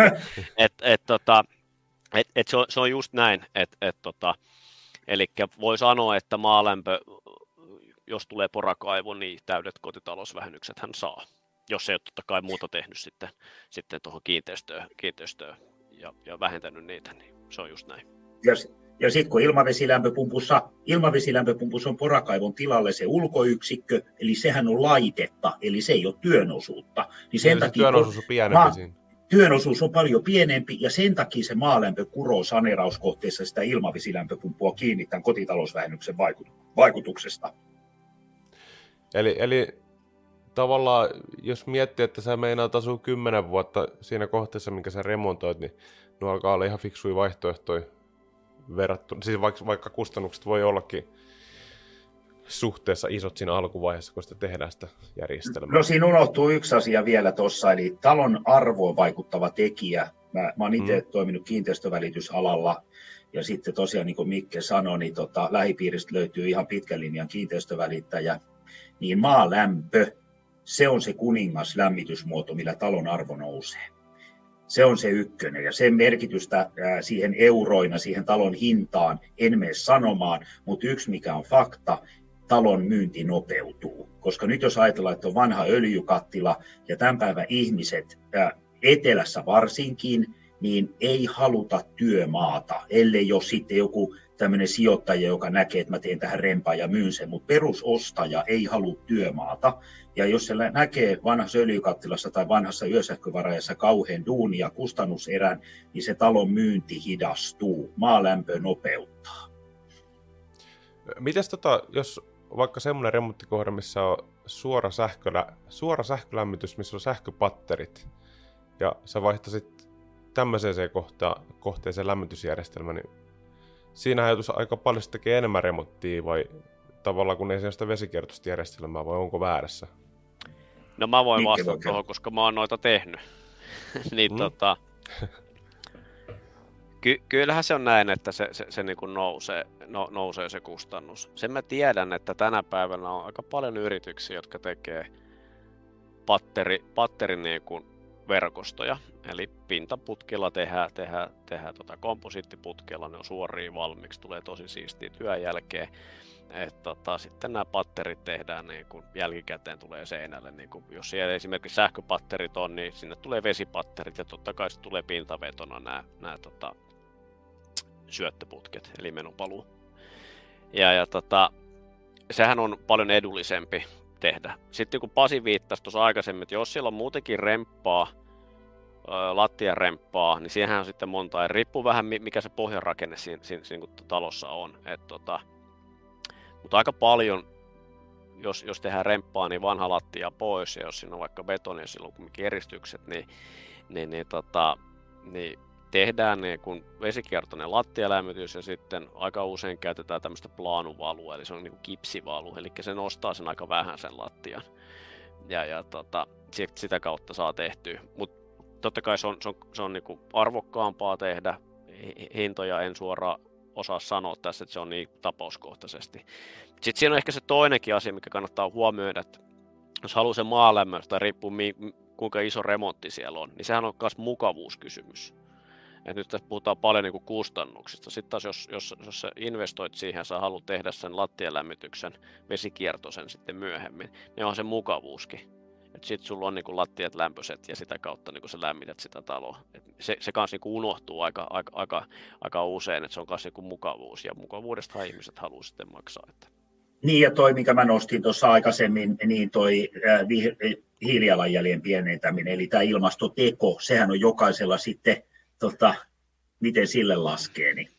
Se on just näin, eli voi sanoa, että maalämpö, jos tulee porakaivo, niin täydet kotitalousvähennykset hän saa, jos ei ole totta kai muuta tehnyt sitten tuohon kiinteistöön ja vähentänyt niitä, niin se on just näin. Ja sitten kun ilmavesilämpöpumpussa on porakaivon tilalle se ulkoyksikkö, eli sehän on laitetta, eli se ei ole työnosuutta. Niin sen takia työnosuus on pienempi siinä. Työnosuus on paljon pienempi, ja sen takia se maalämpö kuroo saneerauskohteessa sitä ilmavesilämpöpumpua kiinni tämän kotitalousvähennyksen vaikutuksesta. Eli tavallaan, jos miettii, että sä meinaat asua 10 vuotta siinä kohteessa, minkä sä remontoit, niin nuo alkaa olla ihan fiksuja vaihtoehtoja verrattuna. Siis vaikka kustannukset voi ollakin suhteessa isot siinä alkuvaiheessa, kun sitä tehdään sitä järjestelmää. No siinä unohtuu yksi asia vielä tuossa, eli talon arvoon vaikuttava tekijä. Mä oon itse toiminut kiinteistövälitysalalla, ja sitten tosiaan niin kuin Mikke sanoi, niin lähipiiristä löytyy ihan pitkän linjan kiinteistövälittäjä, niin maalämpö, se on se kuningas lämmitysmuoto, millä talon arvo nousee. Se on se ykkönen, ja sen merkitystä siihen euroina, siihen talon hintaan en mene sanomaan, mutta yksi mikä on fakta, talon myynti nopeutuu. Koska nyt jos ajatellaan, että on vanha öljykattila ja tämän päivän ihmiset etelässä varsinkin, niin ei haluta työmaata, ellei ole sitten joku tämmöinen sijoittaja, joka näkee, että mä teen tähän rempaa ja myyn sen, mutta perusostaja ei halua työmaata. Ja jos se näkee vanhassa öljykattilassa tai vanhassa yösähkövarajassa kauhean duunia kustannuserän, niin se talon myynti hidastuu, maalämpö nopeuttaa. Mites jos vaikka semmoinen remonttikohde, missä on suora sähkölämmitys, missä on sähköpatterit, ja sä vaihtasit tämmöiseen kohteeseen lämmitysjärjestelmän, niin siinä joutuisi aika paljon tekee enemmän remonttia, vai tavallaan kun ei sitä vesikiertoista järjestelmää, vai onko väärässä? No mä voin vastata tuohon, koska mä oon noita tehnyt. Niin kyllähän se on näin, että se niin kuin nousee se kustannus. Sen mä tiedän, että tänä päivänä on aika paljon yrityksiä, jotka tekee patteri niin kuin verkostoja. Eli pintaputkilla tehdään komposiittiputkilla, ne on suoria valmiiksi, tulee tosi siistiä työn jälkeen. Sitten nämä patterit tehdään niin kuin jälkikäteen tulee seinälle. Niin kuin, jos siellä esimerkiksi sähköpatterit on, niin sinne tulee vesipatterit ja totta kai se tulee pintavetona nämä syöttöputket, eli menopaluu. Sehän on paljon edullisempi tehdä. Sitten kun Pasi viittasi tuossa aikaisemmin, että jos siellä on muutenkin remppaa, lattiaremppaa, niin siihenhän on sitten monta. Ja riippuu vähän mikä se pohjarakenne siinä talossa on. Mutta aika paljon, jos tehdään remppaa, niin vanha lattia pois, ja jos siinä on vaikka betonia, silloin kumminkin eristykset, niin tehdään niin kun vesikiertoinen lattialämmitys, ja sitten aika usein käytetään tämmöistä plaanuvalua, eli se on niin kuin kipsivalu, eli se nostaa sen aika vähän sen lattian, ja sitä kautta saa tehtyä. Mutta totta kai se on niin kuin arvokkaampaa tehdä, hintoja en suoraan osaa sanoa tässä, että se on niin tapauskohtaisesti. Sitten siinä on ehkä se toinenkin asia, mikä kannattaa huomioida, että jos haluaa sen maalämmön, tai riippuu kuinka iso remontti siellä on, niin sehän on myös mukavuuskysymys. Et nyt tässä puhutaan paljon niin kuin kustannuksista. Sitten taas jos sä investoit siihen, sä haluat tehdä sen lattialämmityksen, vesikiertoisen sitten myöhemmin, niin on se mukavuuskin. Sitten sulla on niin kuin lattiat lämpöiset ja sitä kautta niin kuin sä lämmität sitä taloa. Se kanssa niin kuin unohtuu aika usein, että se on myös niin kuin mukavuus, ja mukavuudestahan ihmiset haluaa sitten maksaa. Niin, ja toi, minkä mä nostin tuossa aikaisemmin, niin toi hiilijalanjäljen pienentäminen, eli tämä ilmastoteko, sehän on jokaisella sitten, miten sille laskee. Niin.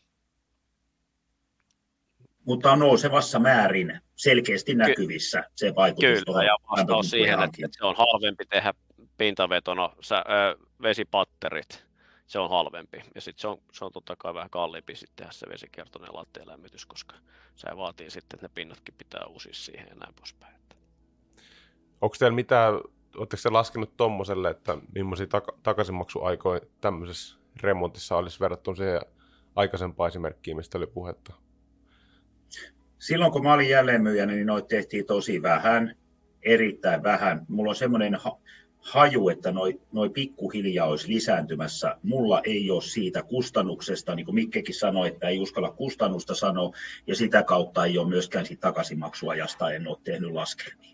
Mutta on nousevassa määrin selkeästi näkyvissä se vaikutus. Kyllä, ja vastaus siihen, että se on halvempi tehdä pintavetona vesipatterit, se on halvempi. Ja sitten se on totta kai vähän kalliimpi sitten tehdä se vesikiertoinen lattialämmitys, koska se vaatii sitten, että ne pinnatkin pitää uusia siihen ja näin poispäin. Onko teillä mitään, oletteko te laskenut tommoselle, että millaisia takaisinmaksuaikoja tämmöisessä remontissa olisi verrattuna siihen aikaisempaan esimerkkiin, mistä oli puhetta? Silloin kun mä olin jälleenmyyjänä, niin noita tehtiin tosi vähän, erittäin vähän. Mulla on semmoinen haju, että noi pikkuhiljaa olisi lisääntymässä. Mulla ei ole siitä kustannuksesta, niin kuin Mikkekin sanoi, että ei uskalla kustannusta sanoa, ja sitä kautta ei ole myöskään siitä takaisinmaksuajasta, en ole tehnyt laskelmia.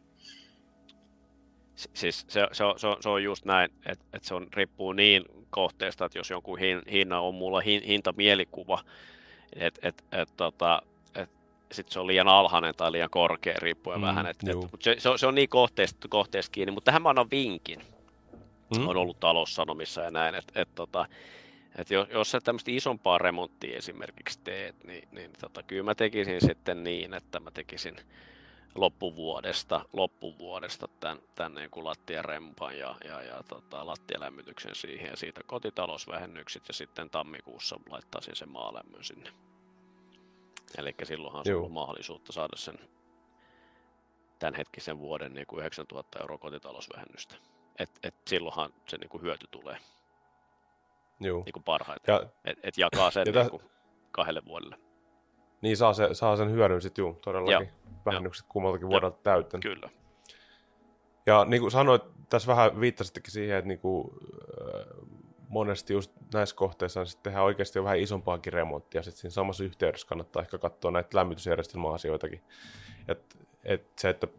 Siis se on just näin, että se riippuu niin kohteesta, että jos jonkun hinta on mulla hintamielikuva, että sitten se on liian alhainen tai liian korkea, riippuen vähän. Mutta se on niin kohteesta kiinni, mutta tähän mä annan vinkin. On ollut Taloussanomissa ja näin, että jos sä tämmöistä isompaa remonttia esimerkiksi teet, niin kyllä mä tekisin sitten niin, että mä tekisin loppuvuodesta tämän niin kuin lattiarempan ja lattialämmityksen siihen, ja siitä kotitalousvähennykset, ja sitten tammikuussa laittaisin sen maalämmön sinne. Eli silloinhan on ollut mahdollisuutta saada sen tämänhetkisen vuoden niin kuin 9 000 € kotitalousvähennystä. Silloinhan se niin kuin hyöty tulee niin kuin parhaiten. Et jakaa sen niin kuin 2 vuodelle. Niin saa sen hyödyn sitten todellakin. Vähennykset kummaltakin vuodelta täyteen. Kyllä. Ja niin kuin sanoit, tässä vähän viittasittekin siihen, että niin kuin, monesti just näissä kohteissa niin tehdään oikeasti jo vähän isompaakin remonttia. Sitten siinä samassa yhteydessä kannattaa ehkä katsoa näitä lämmitysjärjestelmäasioitakin. Että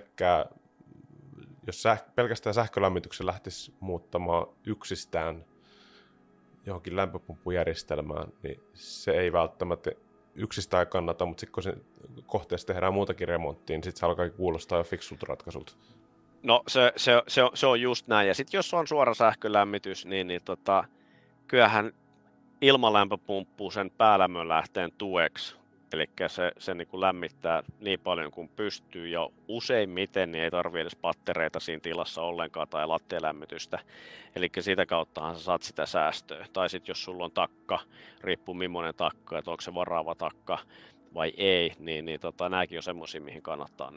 jos pelkästään sähkölämmityksen lähtisi muuttamaan yksistään johonkin lämpöpumppujärjestelmään, niin se ei välttämättä yksistä ei kannata, mutta sitten kun se kohteessa tehdään muutakin remonttia, niin sitten se alkaa kuulostaa jo fiksulta ratkaisulta. No se on just näin. Ja sitten jos on suora sähkölämmitys, niin kyllähän ilmalämpöpumppu sen päälämmön lähteen tueksi. Eli se niin kuin lämmittää niin paljon kuin pystyy ja useimmiten niin ei tarvitse edes pattereita siinä tilassa ollenkaan tai lattialämmitystä. Eli sitä kauttahan sä saat sitä säästöä. Tai sitten jos sulla on takka, riippuu millainen takka, että onko se varaava takka vai ei, niin nämäkin on semmoisia, mihin kannattaa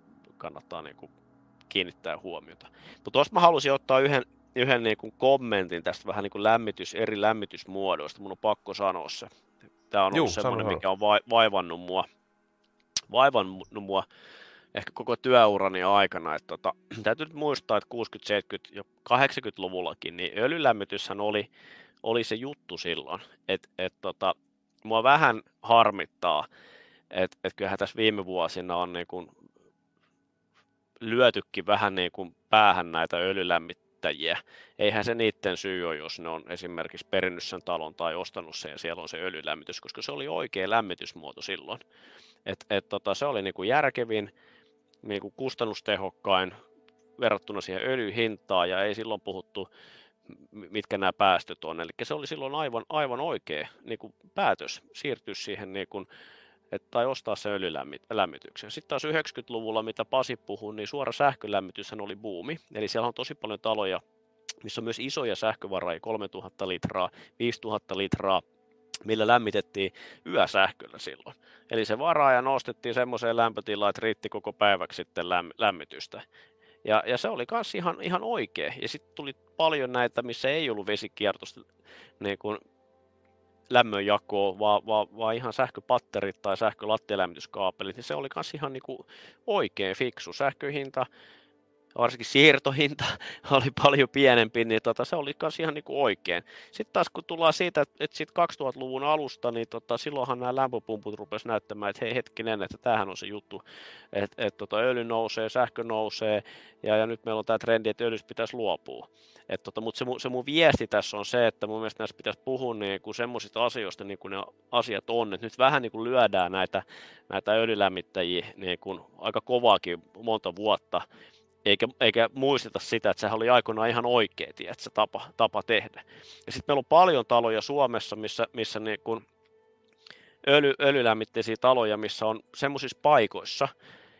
kiinnittää huomiota. Mutta tuossa mä halusin ottaa yhden niin kuin kommentin tästä vähän niin kuin eri lämmitysmuodoista. Mun on pakko sanoa se. Tämä on ollut semmoinen, mikä on vaivannut mua ehkä koko työurani aikana. Että täytyy nyt muistaa, että 60-, 70- ja 80-luvullakin niin öljylämmityshän oli se juttu silloin. Mua vähän harmittaa, että kyllähän tässä viime vuosina on niin kuin lyötykin vähän niin kuin päähän näitä öljylämmittäjiä. Eihän se niiden syy ole, jos ne on esimerkiksi perinnyt sen talon tai ostanut sen ja siellä on se öljylämmitys, koska se oli oikea lämmitysmuoto silloin. Se oli niin kuin järkevin, niin kuin kustannustehokkain verrattuna siihen öljyhintaan ja ei silloin puhuttu, mitkä nämä päästöt on. Eli se oli silloin aivan oikea niin kuin päätös siirtyä siihen niin kuin tai ostaa se öljylämmityksen. Sitten taas 90-luvulla, mitä Pasi puhui, niin suora sähkölämmityshän oli buumi. Eli siellä on tosi paljon taloja, missä on myös isoja sähkövaroja, 3000 litraa, 5000 litraa, millä lämmitettiin yösähköllä silloin. Eli se varaaja nostettiin semmoiseen lämpötilaan, että riitti koko päiväksi sitten lämmitystä. Ja se oli myös ihan oikea. Ja sitten tuli paljon näitä, missä ei ollut vesikiertosta niin kuin lämmönjakoa, vaan ihan sähköpatterit tai sähkölattialämmityskaapelit, niin se oli myös ihan niin kuin oikein fiksu. Sähköhinta, varsinkin siirtohinta oli paljon pienempi, niin se oli myös ihan niin kuin oikein. Sitten taas kun tullaan siitä, että sitten 2000-luvun alusta, niin silloinhan nämä lämpöpumput rupesi näyttämään, että hei hetkinen, että tämähän on se juttu, että öljy nousee, sähkö nousee, ja nyt meillä on tämä trendi, että öljystä pitäisi luopua. Mutta se mun viesti tässä on se, että mun mielestä näissä pitäisi puhua niin kuin semmoisista asioista, niin kuin ne asiat on, että nyt vähän niin kuin lyödään näitä öljylämmittäjiä niin kuin aika kovaakin monta vuotta, eikä muisteta sitä, että sehän oli aikoinaan ihan oikea se tapa tehdä. Ja sitten meillä on paljon taloja Suomessa, missä niin kuin öljylämmitteisiä taloja, missä on semmoisissa paikoissa,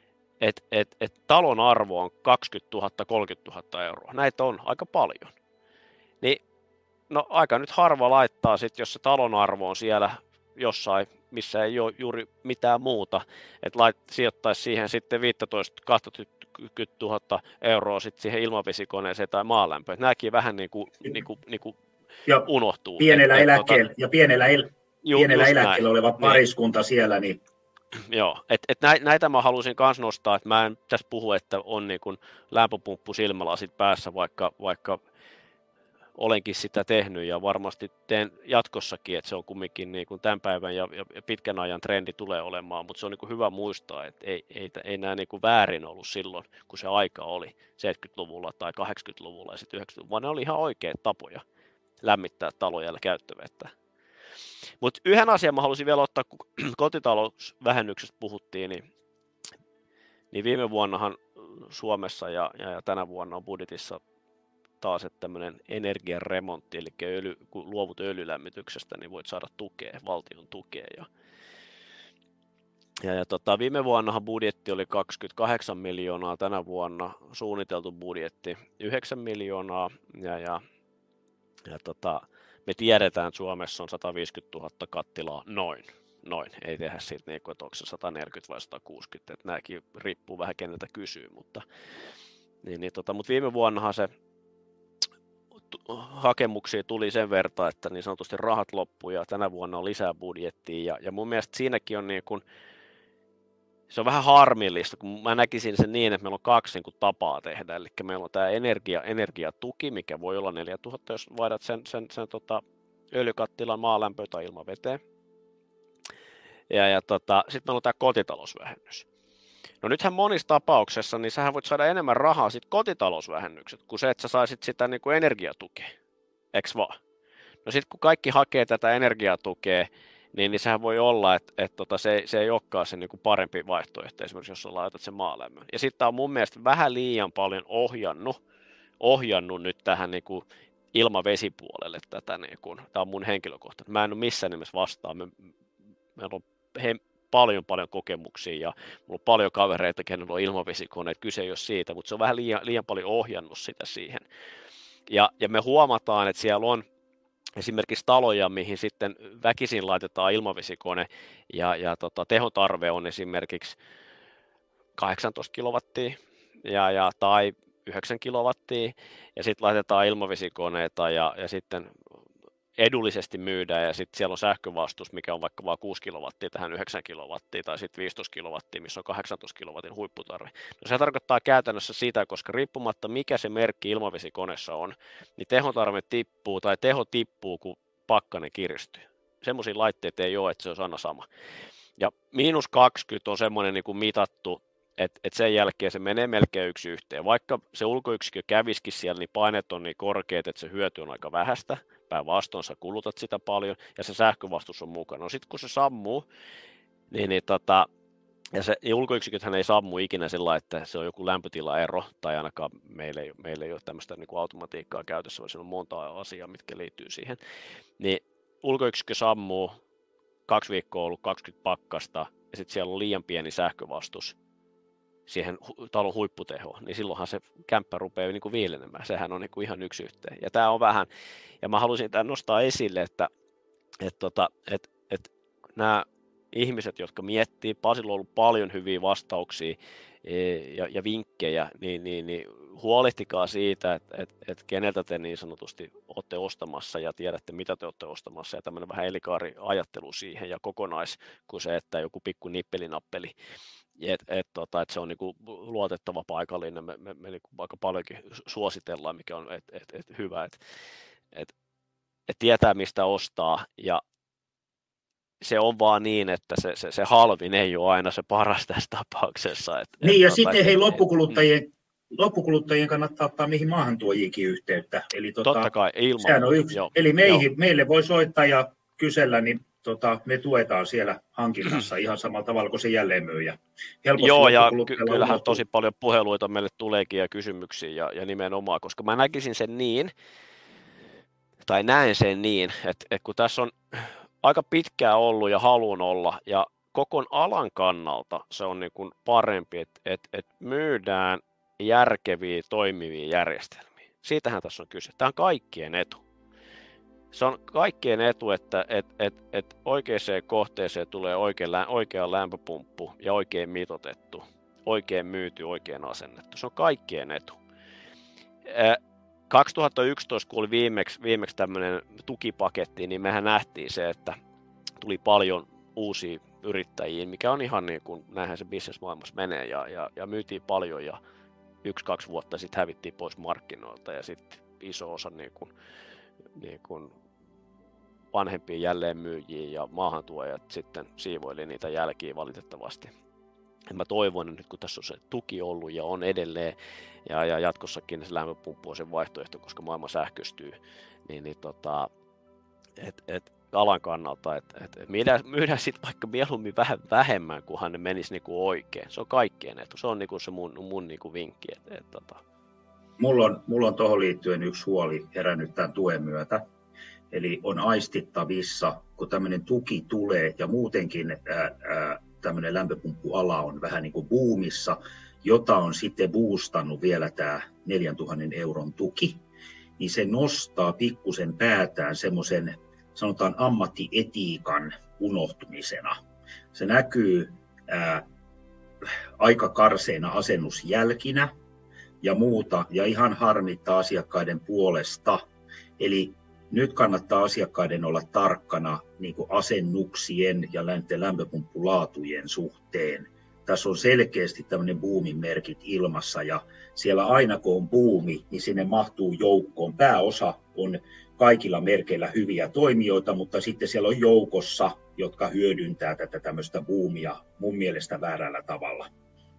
että talon arvo on 20 000, 30 000 euroa. Näitä on aika paljon. Niin, no aika nyt harva laittaa sitten, jos se talon arvo on siellä jossain, missä ei ole juuri mitään muuta, että sijoittaisi siihen sitten 15-20 000 euroa sitten siihen ilmavesikoneeseen tai maalämpöön. Nämäkin vähän niin kuin unohtuu. Pienellä eläkkeellä oleva pariskunta siellä, niin joo, näitä mä halusin myös nostaa, että mä en tässä puhu, että on niin kuin lämpöpumppu silmälasit päässä, vaikka olenkin sitä tehnyt ja varmasti teen jatkossakin, että se on kumminkin niin kuin tämän päivän ja pitkän ajan trendi tulee olemaan, mutta se on niin kuin hyvä muistaa, että ei nämä niin kuin väärin ollut silloin, kun se aika oli 70-luvulla tai 80-luvulla ja sitten 90-luvulla, vaan ne oli ihan oikeat tapoja lämmittää taloja ja käyttövettä. Mutta yhden asian mä halusin vielä ottaa, kun kotitalousvähennyksestä puhuttiin, niin viime vuonnahan Suomessa ja tänä vuonna on budjetissa taas tämmöinen energiaremontti, eli kun luovut öljylämmityksestä, niin voit saada tukea, valtion tukea. Viime vuonnahan budjetti oli 28 miljoonaa, tänä vuonna suunniteltu budjetti 9 miljoonaa, me tiedetään, että Suomessa on 150 000 kattilaa, noin. Ei tehdä siitä niin kuin, että onko se 140 vai 160, että nämäkin riippuu vähän keneltä kysyy, mutta viime vuonnahan se hakemuksia tuli sen verran, että niin sanotusti rahat loppui ja tänä vuonna on lisää budjettia ja mun mielestä siinäkin on niin kuin, se on vähän harmillista, kun mä näkisin sen niin, että meillä on kaksi niin kuin tapaa tehdä, eli meillä on tämä energiatuki, mikä voi olla 4 000, jos vaihdat sen öljykattilan maalämpöä tai ilmaveteen. Sitten meillä on tämä kotitalousvähennys. No nythän monissa tapauksessa, niin sähän voit saada enemmän rahaa sit kotitalousvähennykset, kuin se, että sä saisit sitä niin kuin energiatukea, eks vaan? No sitten kun kaikki hakee tätä energiatukea, niin sehän voi olla, että se ei olekaan se niin kuin parempi vaihtoehto, esimerkiksi jos sä laitat sen maalämmön. Ja sitten tämä on mun mielestä vähän liian paljon ohjannut nyt tähän niin kuin ilmavesipuolelle tätä, niin kuin, tämä on mun henkilökohtainen. Mä en ole missään nimessä vastaan, meillä on paljon kokemuksia ja mulla on paljon kavereita, kenellä on ilmavesikoneet, kyse ei ole siitä, mutta se on vähän liian paljon ohjannut sitä siihen. Ja me huomataan, että siellä on esimerkiksi taloja, mihin sitten väkisin laitetaan ilmavesikone ja tehotarve on esimerkiksi 18 kilowattia tai 9 kilowattia ja sitten laitetaan ilmavesikoneita ja sitten edullisesti myydään ja sitten siellä on sähkövastus, mikä on vaikka vain 6 kilowattia tähän 9 kilowattia tai sitten 15 kilowattia, missä on 18 kilowattin huipputarve. No se tarkoittaa käytännössä sitä, koska riippumatta mikä se merkki ilmavesikoneessa on, niin tehotarve tippuu tai teho tippuu, kun pakkanen kiristyy. Semmoisia laitteita ei ole, että se on aina sama. Ja -20 on semmoinen niin kuin mitattu, että sen jälkeen se menee melkein yksi yhteen. Vaikka se ulkoyksikkö käviskin siellä, niin paineet on niin korkeat, että se hyöty on aika vähäistä. Päinvastoin sä kulutat sitä paljon ja se sähkövastus on mukana. No sitten kun se sammuu, ja se ulkoyksiköthän ei sammu ikinä sillä, että se on joku lämpötilaero, tai ainakaan meillä ei ole tämmöistä niin kuin automatiikkaa käytössä, vaan siinä on monta asiaa, mitkä liittyy siihen. Niin ulkoyksikkö sammuu, 2 viikkoa ollut 20 pakkasta, ja sitten siellä on liian pieni sähkövastus siihen talon huipputehoon, niin silloinhan se kämppä rupeaa niin kuin viilenemään. Sehän on niin kuin ihan yksi yhteen. Ja tämä on vähän, ja mä halusin tämän nostaa esille, että nämä ihmiset, jotka miettii, Pasilla on ollut paljon hyviä vastauksia ja vinkkejä, niin huolehtikaa siitä, että keneltä te niin sanotusti olette ostamassa ja tiedätte, mitä te olette ostamassa, ja tämmöinen vähän elikaariajattelu siihen ja kuin se, että joku pikku nippelinappeli. Että se on niinku luotettava paikallinen, me niinku aika paljonkin suositellaan, mikä on hyvä, että tietää mistä ostaa, ja se on vaan niin, että se halvin ei ole aina se paras tässä tapauksessa. Ja sitten loppukuluttajien kannattaa ottaa mihin maahantuojiinkin yhteyttä. Eli totta kai, sehän on yksi. Joo, eli meille voi soittaa ja kysellä, niin me tuetaan siellä hankinnassa ihan samalla tavalla kuin se jälleenmyyjä. Joo, ja kyllähän tosi paljon puheluita meille tuleekin ja kysymyksiä ja nimenomaan, koska mä näkisin sen niin, tai näen sen niin, että kun tässä on aika pitkään ollut ja haluan olla, ja koko alan kannalta se on niin kuin parempi, että myydään järkeviä, toimivia järjestelmiä. Siitähän tässä on kyse. Tämä on kaikkien etu. Se on kaikkien etu, että oikeaan kohteeseen tulee oikea lämpöpumppu ja oikein mitoitettu, oikein myyty, oikein asennettu. Se on kaikkien etu. 2011, kun oli viimeksi tämmöinen tukipaketti, niin mehän nähtiin se, että tuli paljon uusia yrittäjiä, mikä on ihan niin kuin, näinhän se bisnesmaailmassa menee, ja myytiin paljon, ja 1-2 vuotta sitten hävittiin pois markkinoilta, ja sitten iso osa niin kuin vanhempia jälleenmyyjiä ja maahantuojat sitten siivoili niitä jälkiä valitettavasti. Ja mä toivon, että nyt kun tässä on se tuki ollut ja on edelleen, ja jatkossakin se lämpöpumppu on sen vaihtoehto, koska maailma sähköistyy, alan kannalta, että myydään sitten vaikka mieluummin vähän vähemmän, kunhan ne menisi niinku oikein. Se on kaikkien etu. Se on niinku se mun niinku vinkki. Mulla on tuohon liittyen yksi huoli herännyt tämän tuen myötä. Eli on aistittavissa, kun tämmöinen tuki tulee ja muutenkin tämmöinen lämpöpumppuala on vähän niin kuin buumissa, jota on sitten boostannut vielä tämä 4 000 euron tuki, niin se nostaa pikkusen päätään semmoisen, sanotaan ammattietiikan unohtumisena. Se näkyy aika karseina asennusjälkinä ja muuta, ja ihan harmittaa asiakkaiden puolesta. Eli nyt kannattaa asiakkaiden olla tarkkana niin kuin asennuksien ja lämpöpumppulaatujen suhteen. Tässä on selkeästi tämmöinen buumin merkit ilmassa, ja siellä aina kun on buumi, niin sinne mahtuu joukkoon. Pääosa on kaikilla merkeillä hyviä toimijoita, mutta sitten siellä on joukossa, jotka hyödyntää tätä tämmöistä buumia mun mielestä väärällä tavalla.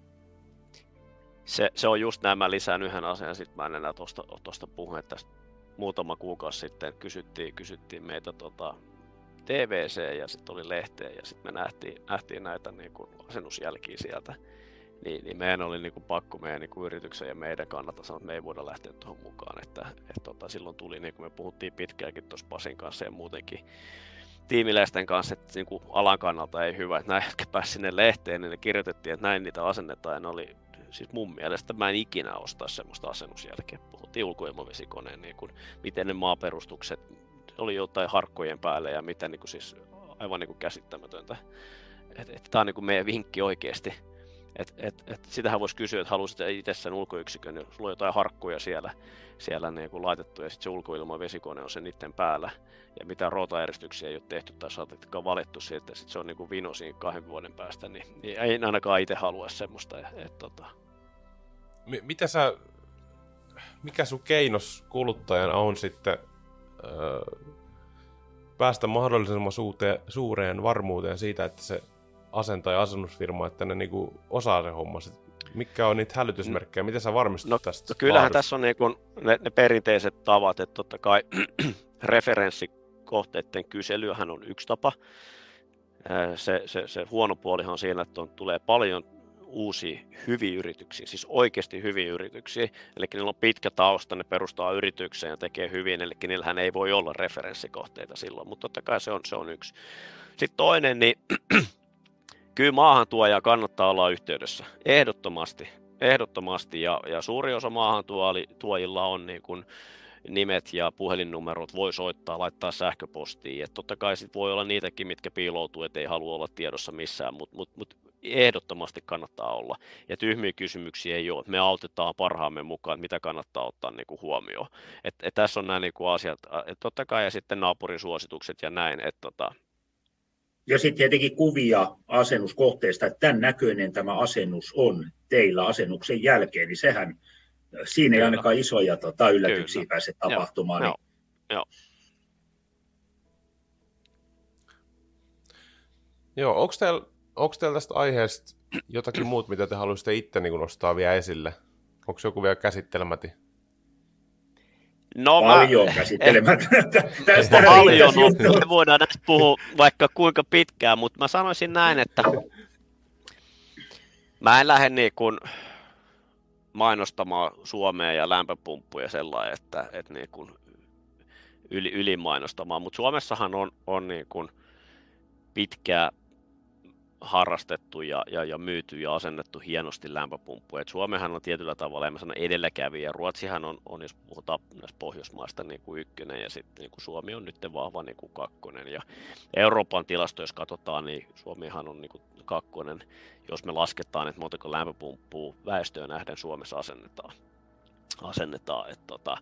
Se on just näin, mä lisään yhden asian, sitten mä en enää tuosta puhu, että muutama kuukausi sitten kysyttiin meitä TVC ja sitten oli lehteen ja sitten me nähtiin näitä niin kuin asennusjälkiä sieltä. Niin meidän oli niin kuin pakko meidän niin kuin yrityksen ja meidän kannalta sanoa, että me ei voida lähteä tuohon mukaan. Silloin tuli, niin kuin me puhuttiin pitkäänkin tuossa Pasin kanssa ja muutenkin tiimiläisten kanssa, että niin kuin alan kannalta ei hyvä, että nämä, jotka pääsivät sinne lehteen, niin ne kirjoitettiin, että näin niitä asennetaan ja ne oli, siis mun mielestä mä en ikinä ostaisi semmoista asennusjälkeä. Puhuttiin ulkoilmavesikoneen, niin kuin, miten ne maaperustukset oli jotain harkkojen päälle ja mitä niin kuin siis aivan niin kuin käsittämätöntä. Tämä on niin kuin meidän vinkki oikeasti. Sitähän voisi kysyä, että haluaisit itse sen ulkoyksikön, jos sulla on jotain harkkuja siellä niin kuin laitettu ja sitten se ulkoilmavesikone on sen niiden päällä. Ja mitään rotaeristyksiä ei ole tehty tai saatetkaan valittu siitä, että sit se on niin kuin vino siinä 2 vuoden päästä, niin ei ainakaan itse halua semmoista. Mikä sun keinos kuluttajana on sitten päästä mahdollisimman suureen varmuuteen siitä, että se asentaja ja asennusfirma, että ne niinku osaa se homma. Mitkä on niitä hälytysmerkkejä? Miten sä varmistut tästä? No kyllähän tässä on niinku ne perinteiset tavat, että totta kai referenssikohteiden kyselyhän on yksi tapa. Se huono puolihan on siinä, että tulee paljon uusia hyviä yrityksiä, siis oikeasti hyviä yrityksiä, eli niillä on pitkä tausta, ne perustaa yritykseen ja tekee hyvin, eli niillähän ei voi olla referenssikohteita silloin, mutta totta kai se on yksi. Sitten toinen, niin kyllä maahantuojaa kannattaa olla yhteydessä, ehdottomasti ja suuri osa maahantuojilla on niin kuin nimet ja puhelinnumerot, voi soittaa, laittaa sähköpostiin, että totta kai sit voi olla niitäkin, mitkä piiloutuu, ettei halua olla tiedossa missään, mutta ehdottomasti kannattaa olla. Ja tyhmiä kysymyksiä ei ole. Me autetaan parhaamme mukaan, mitä kannattaa ottaa niin kuin huomioon. Tässä on nämä niin kuin asiat. Totta kai ja sitten naapurin suositukset ja näin. Ja sitten tietenkin kuvia asennuskohteesta, että tämän näköinen tämä asennus on teillä asennuksen jälkeen, niin sehän, siinä ei ainakaan isoja yllätyksiä pääse tapahtumaan. Joo. Joo, onko teillä tästä aiheesta jotakin muut, mitä te haluaisitte itse niin nostaa vielä esille? Onko joku vielä käsittelemättä? No, paljon käsittelemättä. Tästä paljon, me voidaan näistä puhua vaikka kuinka pitkään, mutta mä sanoisin näin, että mä en lähde niin kuin mainostamaan Suomea ja lämpöpumppuja sellainen, että niin kuin ylimainostamaan, mutta Suomessahan on niin kuin pitkää harrastettu ja myyty ja asennettu hienosti lämpöpumppuja. Suomehan on tietyllä tavalla, en mä sano edelläkävijä. Ruotsihan on, jos puhutaan näistä Pohjoismaista, niin kuin 1 ja sitten niin kuin Suomi on nyt vahva niin kuin 2. Ja Euroopan tilasto, jos katsotaan, niin Suomihan on niin kuin 2. Jos me lasketaan, että montako lämpöpumppua väestöön nähden Suomessa asennetaan.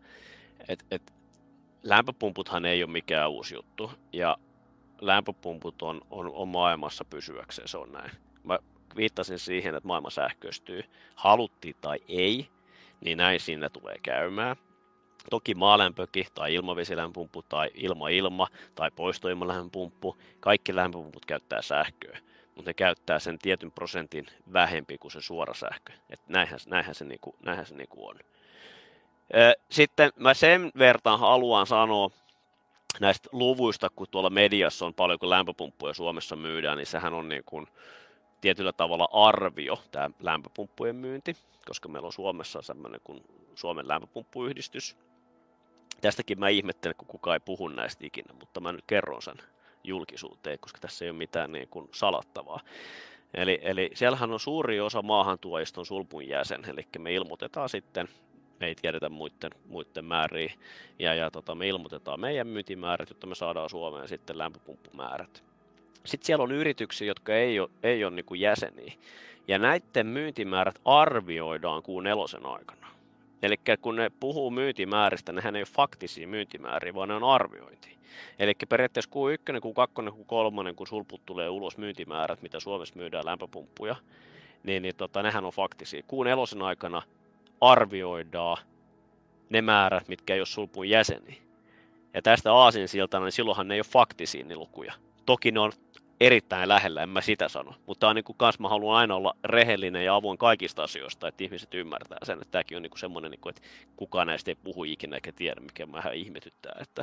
Lämpöpumputhan ei ole mikään uusi juttu. Ja lämpöpumput on maailmassa pysyäkseen, se on näin. Mä viittasin siihen, että maailma sähköistyy, haluttiin tai ei, niin näin siinä tulee käymään. Toki maalämpökin tai ilmavesilämpöpumppu tai ilma tai poistoilmalämpöpumppu, kaikki lämpöpumput käyttää sähköä, mutta ne käyttää sen tietyn prosentin vähempi kuin se suora sähkö. Et näinhän se niinku on. Sitten mä sen verran haluan sanoa, näistä luvuista, kun tuolla mediassa on paljon, kun lämpöpumppuja Suomessa myydään, niin sehän on niin kuin tietyllä tavalla arvio, tämä lämpöpumppujen myynti, koska meillä on Suomessa sellainen kuin Suomen lämpöpumppuyhdistys. Tästäkin mä ihmettelen, kun kukaan ei puhu näistä ikinä, mutta mä nyt kerron sen julkisuuteen, koska tässä ei ole mitään niin kuin salattavaa. Eli siellähän on suuri osa maahantuojista on sulpun jäsen, eli me ilmoitetaan sitten, me ei tiedetä muiden määriä, ja me ilmoitetaan meidän myyntimäärät, jotta me saadaan Suomeen sitten lämpöpumppumäärät. Sitten siellä on yrityksiä, jotka ei ole niin kuin jäseniä, ja näiden myyntimäärät arvioidaan Q4 aikana. Eli kun ne puhuu myyntimääristä, nehän ei ole faktisia myyntimääriä, vaan ne on arviointi. Eli periaatteessa Q1, Q2, Q3, kun sulput tulee ulos myyntimäärät, mitä Suomessa myydään lämpöpumppuja, niin nehän on faktisia. Q4 aikana arvioidaan ne määrät, mitkä ei ole sulpun jäseniä. Ja tästä aasinsiltana, niin silloinhan ne ei ole faktisia ne lukuja. Toki ne on erittäin lähellä, en mä sitä sano. Mutta on niin kuin kans, mä haluan aina olla rehellinen ja avoin kaikista asioista, että ihmiset ymmärtää sen, että tämäkin on niin kuin semmoinen, niin kuin, että kukaan näistä ei puhu ikinä eikä tiedä, mikä vähän ihmetyttää, että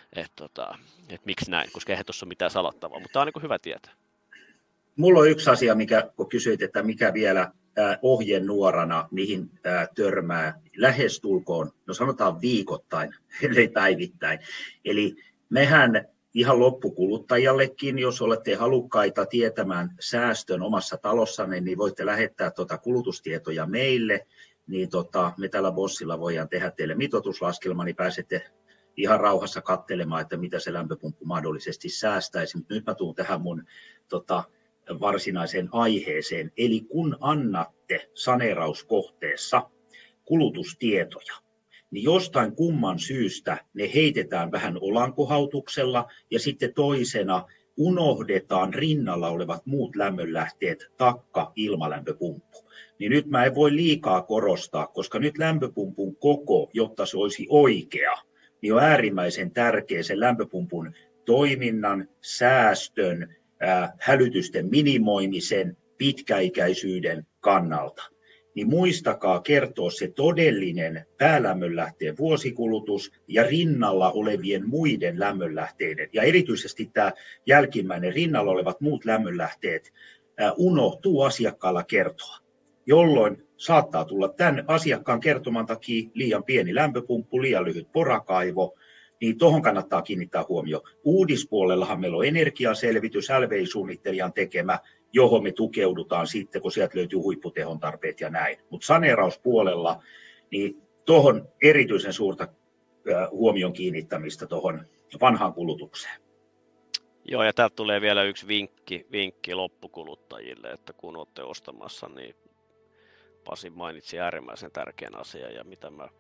miksi näin, koska eihän tuossa ole mitään salattavaa, mutta tämä on niin kuin hyvä tietää. Mulla on yksi asia, kun kysyit, että mikä vielä ohjenuorana, mihin törmää lähestulkoon, no sanotaan viikoittain, ellei päivittäin. Eli mehän ihan loppukuluttajallekin, jos olette halukkaita tietämään säästön omassa talossanne, niin voitte lähettää kulutustietoja meille, niin me tällä Bossilla voidaan tehdä teille mitoituslaskelma, niin pääsette ihan rauhassa katselemaan, että mitä se lämpöpumppu mahdollisesti säästäisi. Mutta nyt mä tuun tähän mun varsinaiseen aiheeseen. Eli kun annatte saneerauskohteessa kulutustietoja, niin jostain kumman syystä ne heitetään vähän olankohautuksella ja sitten toisena unohdetaan rinnalla olevat muut lämmönlähteet, takka, ilmalämpöpumppu. Niin nyt mä en voi liikaa korostaa, koska nyt lämpöpumpun koko, jotta se olisi oikea, niin on äärimmäisen tärkeä sen lämpöpumpun toiminnan, säästön, hälytysten minimoimisen, pitkäikäisyyden kannalta. Niin muistakaa kertoa se todellinen päälämmönlähteen vuosikulutus ja rinnalla olevien muiden lämmönlähteiden. Ja erityisesti tämä jälkimmäinen rinnalla olevat muut lämmönlähteet unohtuu asiakkaalla kertoa, jolloin saattaa tulla tämän asiakkaan kertoman takia liian pieni lämpöpumppu, liian lyhyt porakaivo, niin tuohon kannattaa kiinnittää huomioon. Uudispuolellahan meillä on energiaselvitys, LVI-suunnittelijan tekemä, johon me tukeudutaan sitten, kun sieltä löytyy huipputehon tarpeet ja näin. Mutta saneerauspuolella, niin tuohon erityisen suurta huomion kiinnittämistä tuohon vanhaan kulutukseen. Joo, ja täältä tulee vielä yksi vinkki loppukuluttajille, että kun olette ostamassa, niin Pasi mainitsi äärimmäisen tärkeän asian, ja mitä mä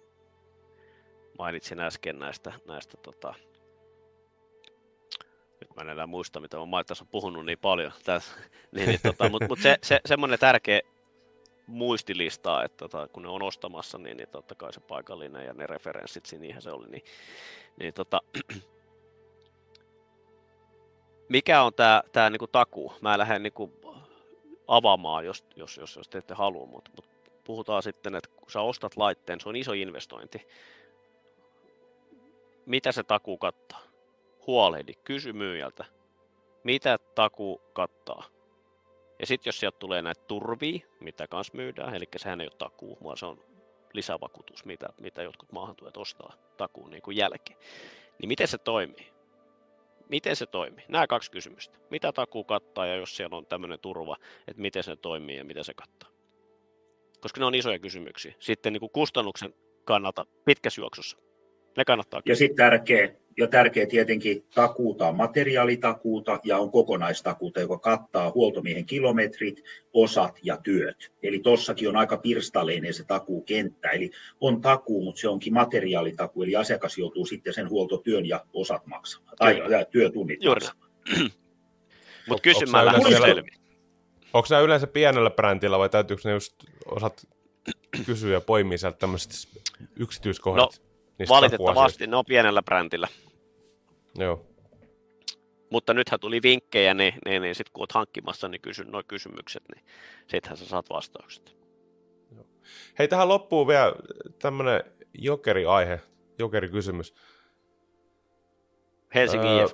mainitsin äsken näistä nyt mä en enää muista, mitä mä tässä on puhunut niin paljon, mutta semmoinen tärkeä muistilista, että kun ne on ostamassa, niin totta kai se paikallinen ja ne referenssit, niinhän se oli, mikä on tää niinku takuu? Mä lähden niinku avaamaan, jos te ette halua, mutta puhutaan sitten, että kun sä ostat laitteen, se on iso investointi. Mitä se takuu kattaa? Huolehdi, kysy myyjältä, mitä takuu kattaa. Ja sitten jos sieltä tulee näitä turvia, mitä kanssa myydään, eli sehän ei ole takuu, vaan se on lisävakuutus, mitä jotkut maahantuojat ostaa takuun niin kuin jälkeen. Niin miten se toimii? Miten se toimii? Nämä kaksi kysymystä. Mitä takuu kattaa ja jos siellä on tämmöinen turva, että miten se toimii ja mitä se kattaa? Koska ne on isoja kysymyksiä. Sitten niin kuin kustannuksen kannalta pitkässä juoksussa. Ne kannattaa. Ja sitten tärkeä tietenkin takuuta on materiaalitakuuta ja on kokonaistakuuta, joka kattaa huoltomiehen kilometrit, osat ja työt. Eli tossakin on aika pirstaleinen se takuukenttä. Eli on takuu, mutta se onkin materiaalitakuu, eli asiakas joutuu sitten sen huoltotyön ja osat maksamaan, tai työtunnit maksamaan. Mutta kysymällä selviää. Onko nämä yleensä pienellä brändillä vai täytyykö ne just osat kysyä ja poimia sieltä tämmöiset yksityiskohdat? No, valitettavasti ne on pienellä brändillä. Joo. Mutta nythän tuli vinkkejä, niin sitten kun olet hankkimassa, niin kysy nuo kysymykset, niin sittenhän sä saat vastaukset. Joo. Hei, tähän loppuu vielä tämmöinen jokeriaihe, jokerikysymys. Helsingin IFK.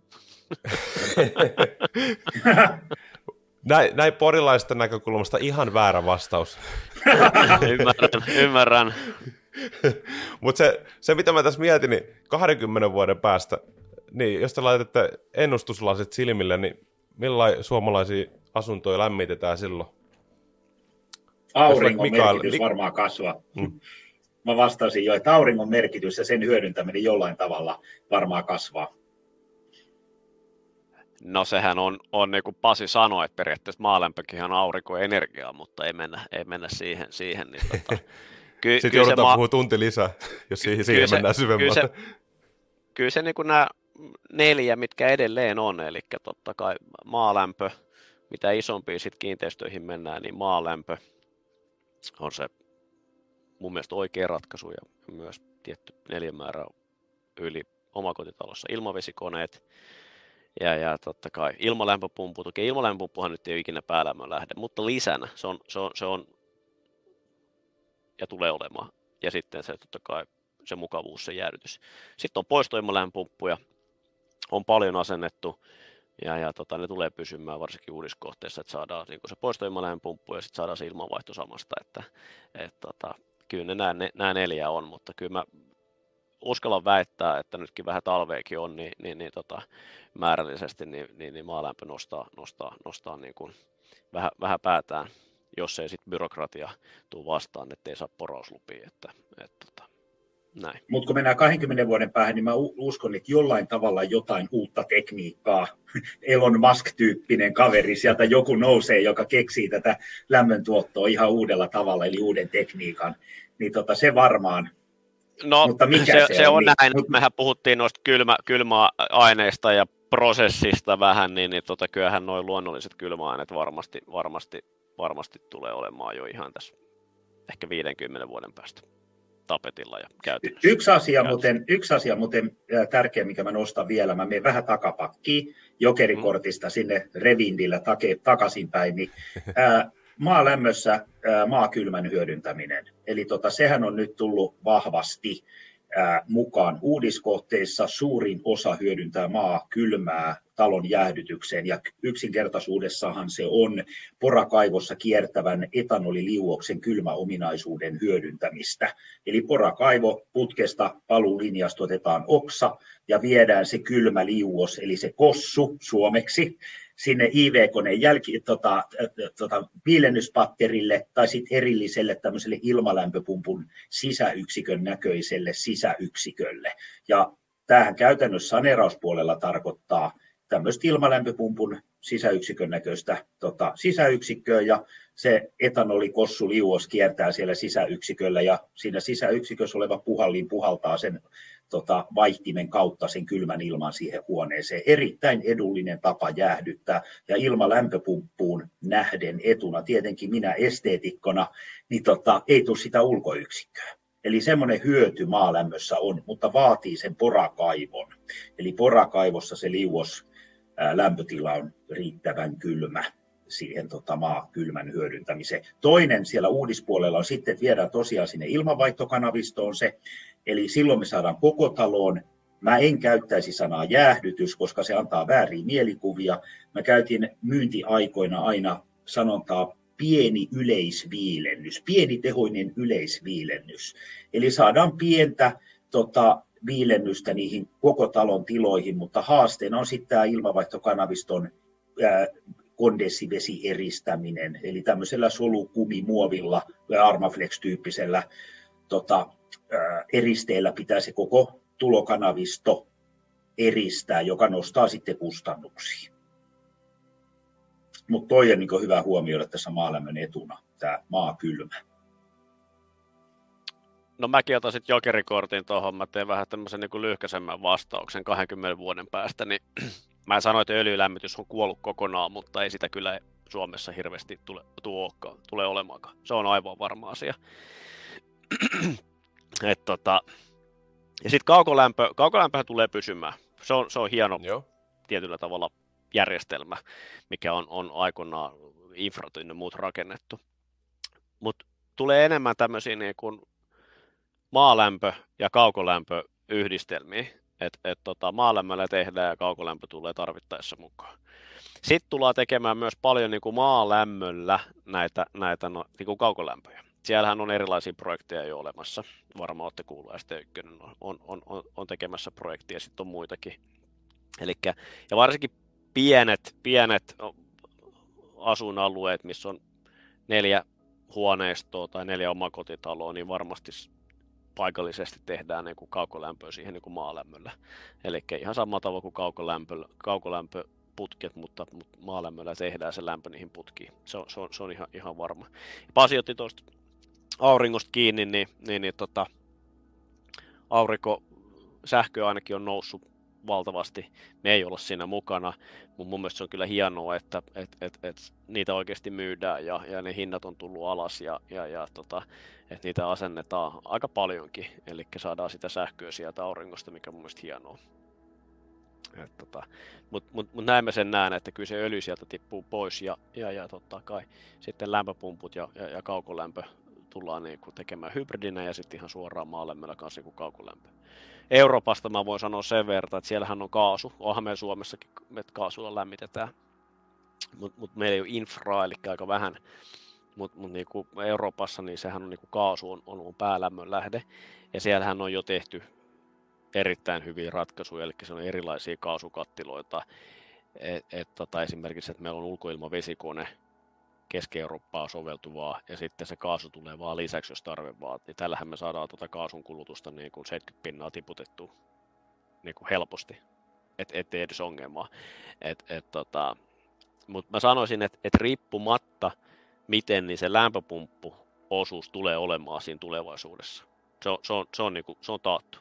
Näin porilaisten näkökulmasta ihan väärä vastaus. Ymmärrän. Mutta se, mitä mä tässä mietin, niin 20 vuoden päästä, niin jos te laitatte ennustuslasit silmille, niin millaisia suomalaisia asuntoja lämmitetään silloin? Auringon merkitys varmaan kasvaa. Mä vastasin jo, että auringon merkitys ja sen hyödyntäminen jollain tavalla varmaan kasvaa. No sehän on niin kuin Pasi sanoi, että periaatteessa maalämpökin on aurinkoenergiaa, mutta ei mennä siihen niin sitten joudutaan puhua tunti lisää, jos siihen mennään syvemmälle. Kyllä se niin kuin nämä 4, mitkä edelleen on, eli totta kai maalämpö, mitä isompiin sit kiinteistöihin mennään, niin maalämpö on se mun mielestä oikea ratkaisu ja myös tietty neliömäärä yli omakotitalossa ilmavesikoneet. Ja totta kai ilmalämpöpumput, okei ilmalämpöpumppuhan nyt ei ole ikinä päälämmön lähde, mutta lisänä se on ja tulee olemaan. Ja sitten se totta kai se mukavuus, se jäädytys. Sitten on poistoilmalämpöpumppuja, on paljon asennettu ja ne tulee pysymään varsinkin uudiskohteessa, että saadaan niin se poistoilmalämpöpumppu ja sitten saadaan se ilmanvaihto samasta, kyllä nämä 4 on, mutta kyllä mä uskallan väittää, että nytkin vähän talveekin on, määrällisesti niin maalämpö nostaa niin kuin vähän päätään, jos ei sitten byrokratia tule vastaan, ettei saa porauslupia, näin. Mutta kun mennään 20 vuoden päähän, niin mä uskon, että jollain tavalla jotain uutta tekniikkaa, Elon Musk-tyyppinen kaveri, sieltä joku nousee, joka keksii tätä lämmöntuottoa ihan uudella tavalla, eli uuden tekniikan, niin se varmaan. No mutta mikä se on niin, näin, mehän puhuttiin noista kylmäaineista ja prosessista vähän, niin kyllähän nuo luonnolliset kylmäaineet varmasti tulee olemaan jo ihan tässä ehkä 50 vuoden päästä tapetilla ja käytännössä. Yksi asia muuten tärkeä, mikä mä nostan vielä, mä menen vähän takapakkiin jokerikortista sinne revindillä takaisinpäin, niin maalämmössä maakylmän hyödyntäminen. Eli sehän on nyt tullut vahvasti mukaan uudiskohteissa. Suurin osa hyödyntää maakylmää talon jäähdytykseen ja yksinkertaisuudessahan se on porakaivossa kiertävän etanoliliuoksen kylmäominaisuuden hyödyntämistä. Eli porakaivoputkesta paluulinjasta otetaan oksa ja viedään se kylmä liuos, eli se kossu suomeksi, sinne IV-koneen viilennyspatterille tai sitten erilliselle tämmöiselle ilmalämpöpumpun sisäyksikön näköiselle sisäyksikölle. Ja tämähän käytännössä saneerauspuolella tarkoittaa tämmöistä ilmalämpöpumpun sisäyksikön näköistä sisäyksikköä, ja se etanolikossuliuos kiertää siellä sisäyksiköllä, ja siinä sisäyksikössä oleva puhallin puhaltaa sen vaihtimen kautta sen kylmän ilman siihen huoneeseen. Erittäin edullinen tapa jäähdyttää, ja ilmalämpöpumppuun nähden etuna, tietenkin minä esteetikkona, niin ei tule sitä ulkoyksikköä. Eli semmoinen hyöty maalämmössä on, mutta vaatii sen porakaivon. Eli porakaivossa se liuos lämpötila on riittävän kylmä siihen maakylmän hyödyntämiseen. Toinen siellä uudispuolella on sitten, että viedään tosiaan sinne ilmanvaihtokanavistoon se, eli silloin me saadaan koko taloon. Mä en käyttäisi sanaa jäähdytys, koska se antaa vääriä mielikuvia. Mä käytin myyntiaikoina aina sanontaa pieni yleisviilennys, pienitehoinen yleisviilennys. Eli saadaan pientä viilennystä niihin koko talon tiloihin, mutta haasteena on sitten tämä ilmanvaihtokanaviston kondenssivesi eristäminen, eli tämmöisellä solukumimuovilla ja Armaflex-tyyppisellä eristeellä pitää se koko tulokanavisto eristää, joka nostaa sitten kustannuksia. Mutta toi on niin hyvä huomioida tässä maalämmön etuna, tämä maakylmä. No mäkin otan sitten jokerikortin tuohon, mä teen vähän tämmöisen niin lyhkäisemmän vastauksen 20 vuoden päästä, niin mä sanoin, että öljylämmitys on kuollut kokonaan, mutta ei sitä kyllä Suomessa hirveästi tule olemaankaan. Se on aivan varma asia. Ja sitten kaukolämpöhän tulee pysymään. Se on hieno tietyllä tavalla järjestelmä, mikä on aikoinaan infrat ja muut rakennettu. Mutta tulee enemmän tämmöisiä niin kuin maalämpö- ja kaukolämpöyhdistelmiä, että maalämmöllä tehdään ja kaukolämpö tulee tarvittaessa mukaan. Sitten tullaan tekemään myös paljon niin kuin maalämmöllä näitä niin kuin kaukolämpöjä. Siellähän on erilaisia projekteja jo olemassa. Varmaan olette kuulleet, ST1 on tekemässä projekteja, sitten on muitakin. Ja varsinkin pienet asuinalueet, missä on 4 huoneistoa tai 4 omakotitaloa, niin varmasti paikallisesti tehdään niin kuin kaukolämpöä siihen niin kuin maalämmöllä. Eli ihan samalla tavalla kuin kaukolämpöputket, mutta maalämmöllä tehdään se lämpö niihin putkiin. Se on ihan varma. Pasi otti tuosta auringosta kiinni, niin aurinkosähkö ainakin on noussut valtavasti. Me ei olla siinä mukana, mutta mun mielestä se on kyllä hienoa, että niitä oikeasti myydään ja ne hinnat on tullut alas ja että niitä asennetaan aika paljonkin, eli saadaan sitä sähköä sieltä auringosta, mikä on mun mielestä hienoa. Mutta näin mä sen näen, että kyllä se öljy sieltä tippuu pois ja totta kai sitten lämpöpumput ja kaukolämpö tullaan niin kuin tekemään hybridinä ja sitten ihan suoraan maalämmöllä kanssa niin kuin kaukolämpö. Euroopasta mä voin sanoa sen verran, että siellähän on kaasu, onhan meillä Suomessakin, että kaasulla lämmitetään, mutta meillä ei ole infraa, eli aika vähän, mutta niin kuin Euroopassa niin sehän on niin kuin kaasu on päälämmön lähde ja siellähän on jo tehty erittäin hyviä ratkaisuja, eli se on erilaisia kaasukattiloita, esimerkiksi, että meillä on ulkoilmavesikone, Keski-Eurooppaa soveltuvaa, ja sitten se kaasu tulee vaan lisäksi, jos tarve vaatii. Niin tällähän me saadaan kaasun kulutusta niin kuin 70% tiputettua niin kuin helposti, ettei edes ongelmaa. Mutta mä sanoisin, että riippumatta miten, niin se lämpöpumppu-osuus tulee olemaan siinä tulevaisuudessa. Se on taattu.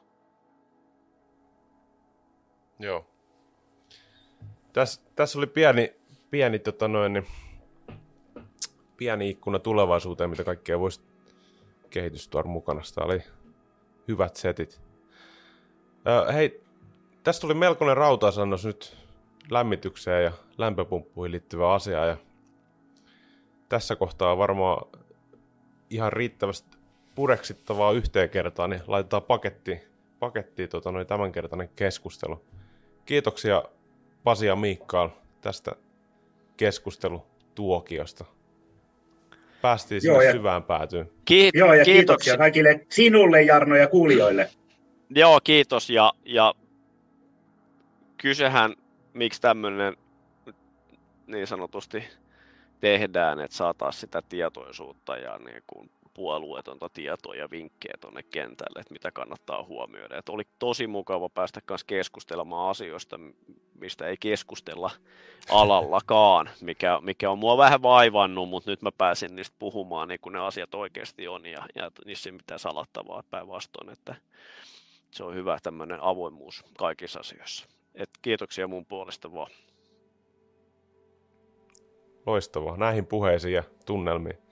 Joo. Tässä oli pieni ikkuna tulevaisuuteen, mitä kaikkea voisi kehitys tuoda mukana. Tämä oli hyvät setit. Hei, tässä tuli melkoinen rautasannos nyt lämmitykseen ja lämpöpumppuihin liittyvä asia. Ja tässä kohtaa varmaan ihan riittävästi pureksittavaa yhteen kertaan, niin laitetaan pakettiin tämänkertainen keskustelu. Kiitoksia Pasi ja Mikael tästä keskustelutuokiosta. Päästiin sinne syvään päätyyn. Joo, ja kiitoksia kaikille sinulle, Jarno, ja kuulijoille. Joo, kiitos. Ja kysehän, miksi tämmöinen niin sanotusti tehdään, että saataisiin sitä tietoisuutta ja niin kuin puolueetonta tietoa ja vinkkejä tuonne kentälle, että mitä kannattaa huomioida. Että oli tosi mukava päästä kanssa keskustelemaan asioista, mistä ei keskustella alallakaan, mikä on mua vähän vaivannut, mutta nyt mä pääsin niistä puhumaan niin kuin ne asiat oikeasti on ja niissä ei mitään salattavaa päinvastoin, että se on hyvä tämmöinen avoimuus kaikissa asioissa. Et kiitoksia mun puolesta vaan. Loistavaa. Näihin puheisiin ja tunnelmiin.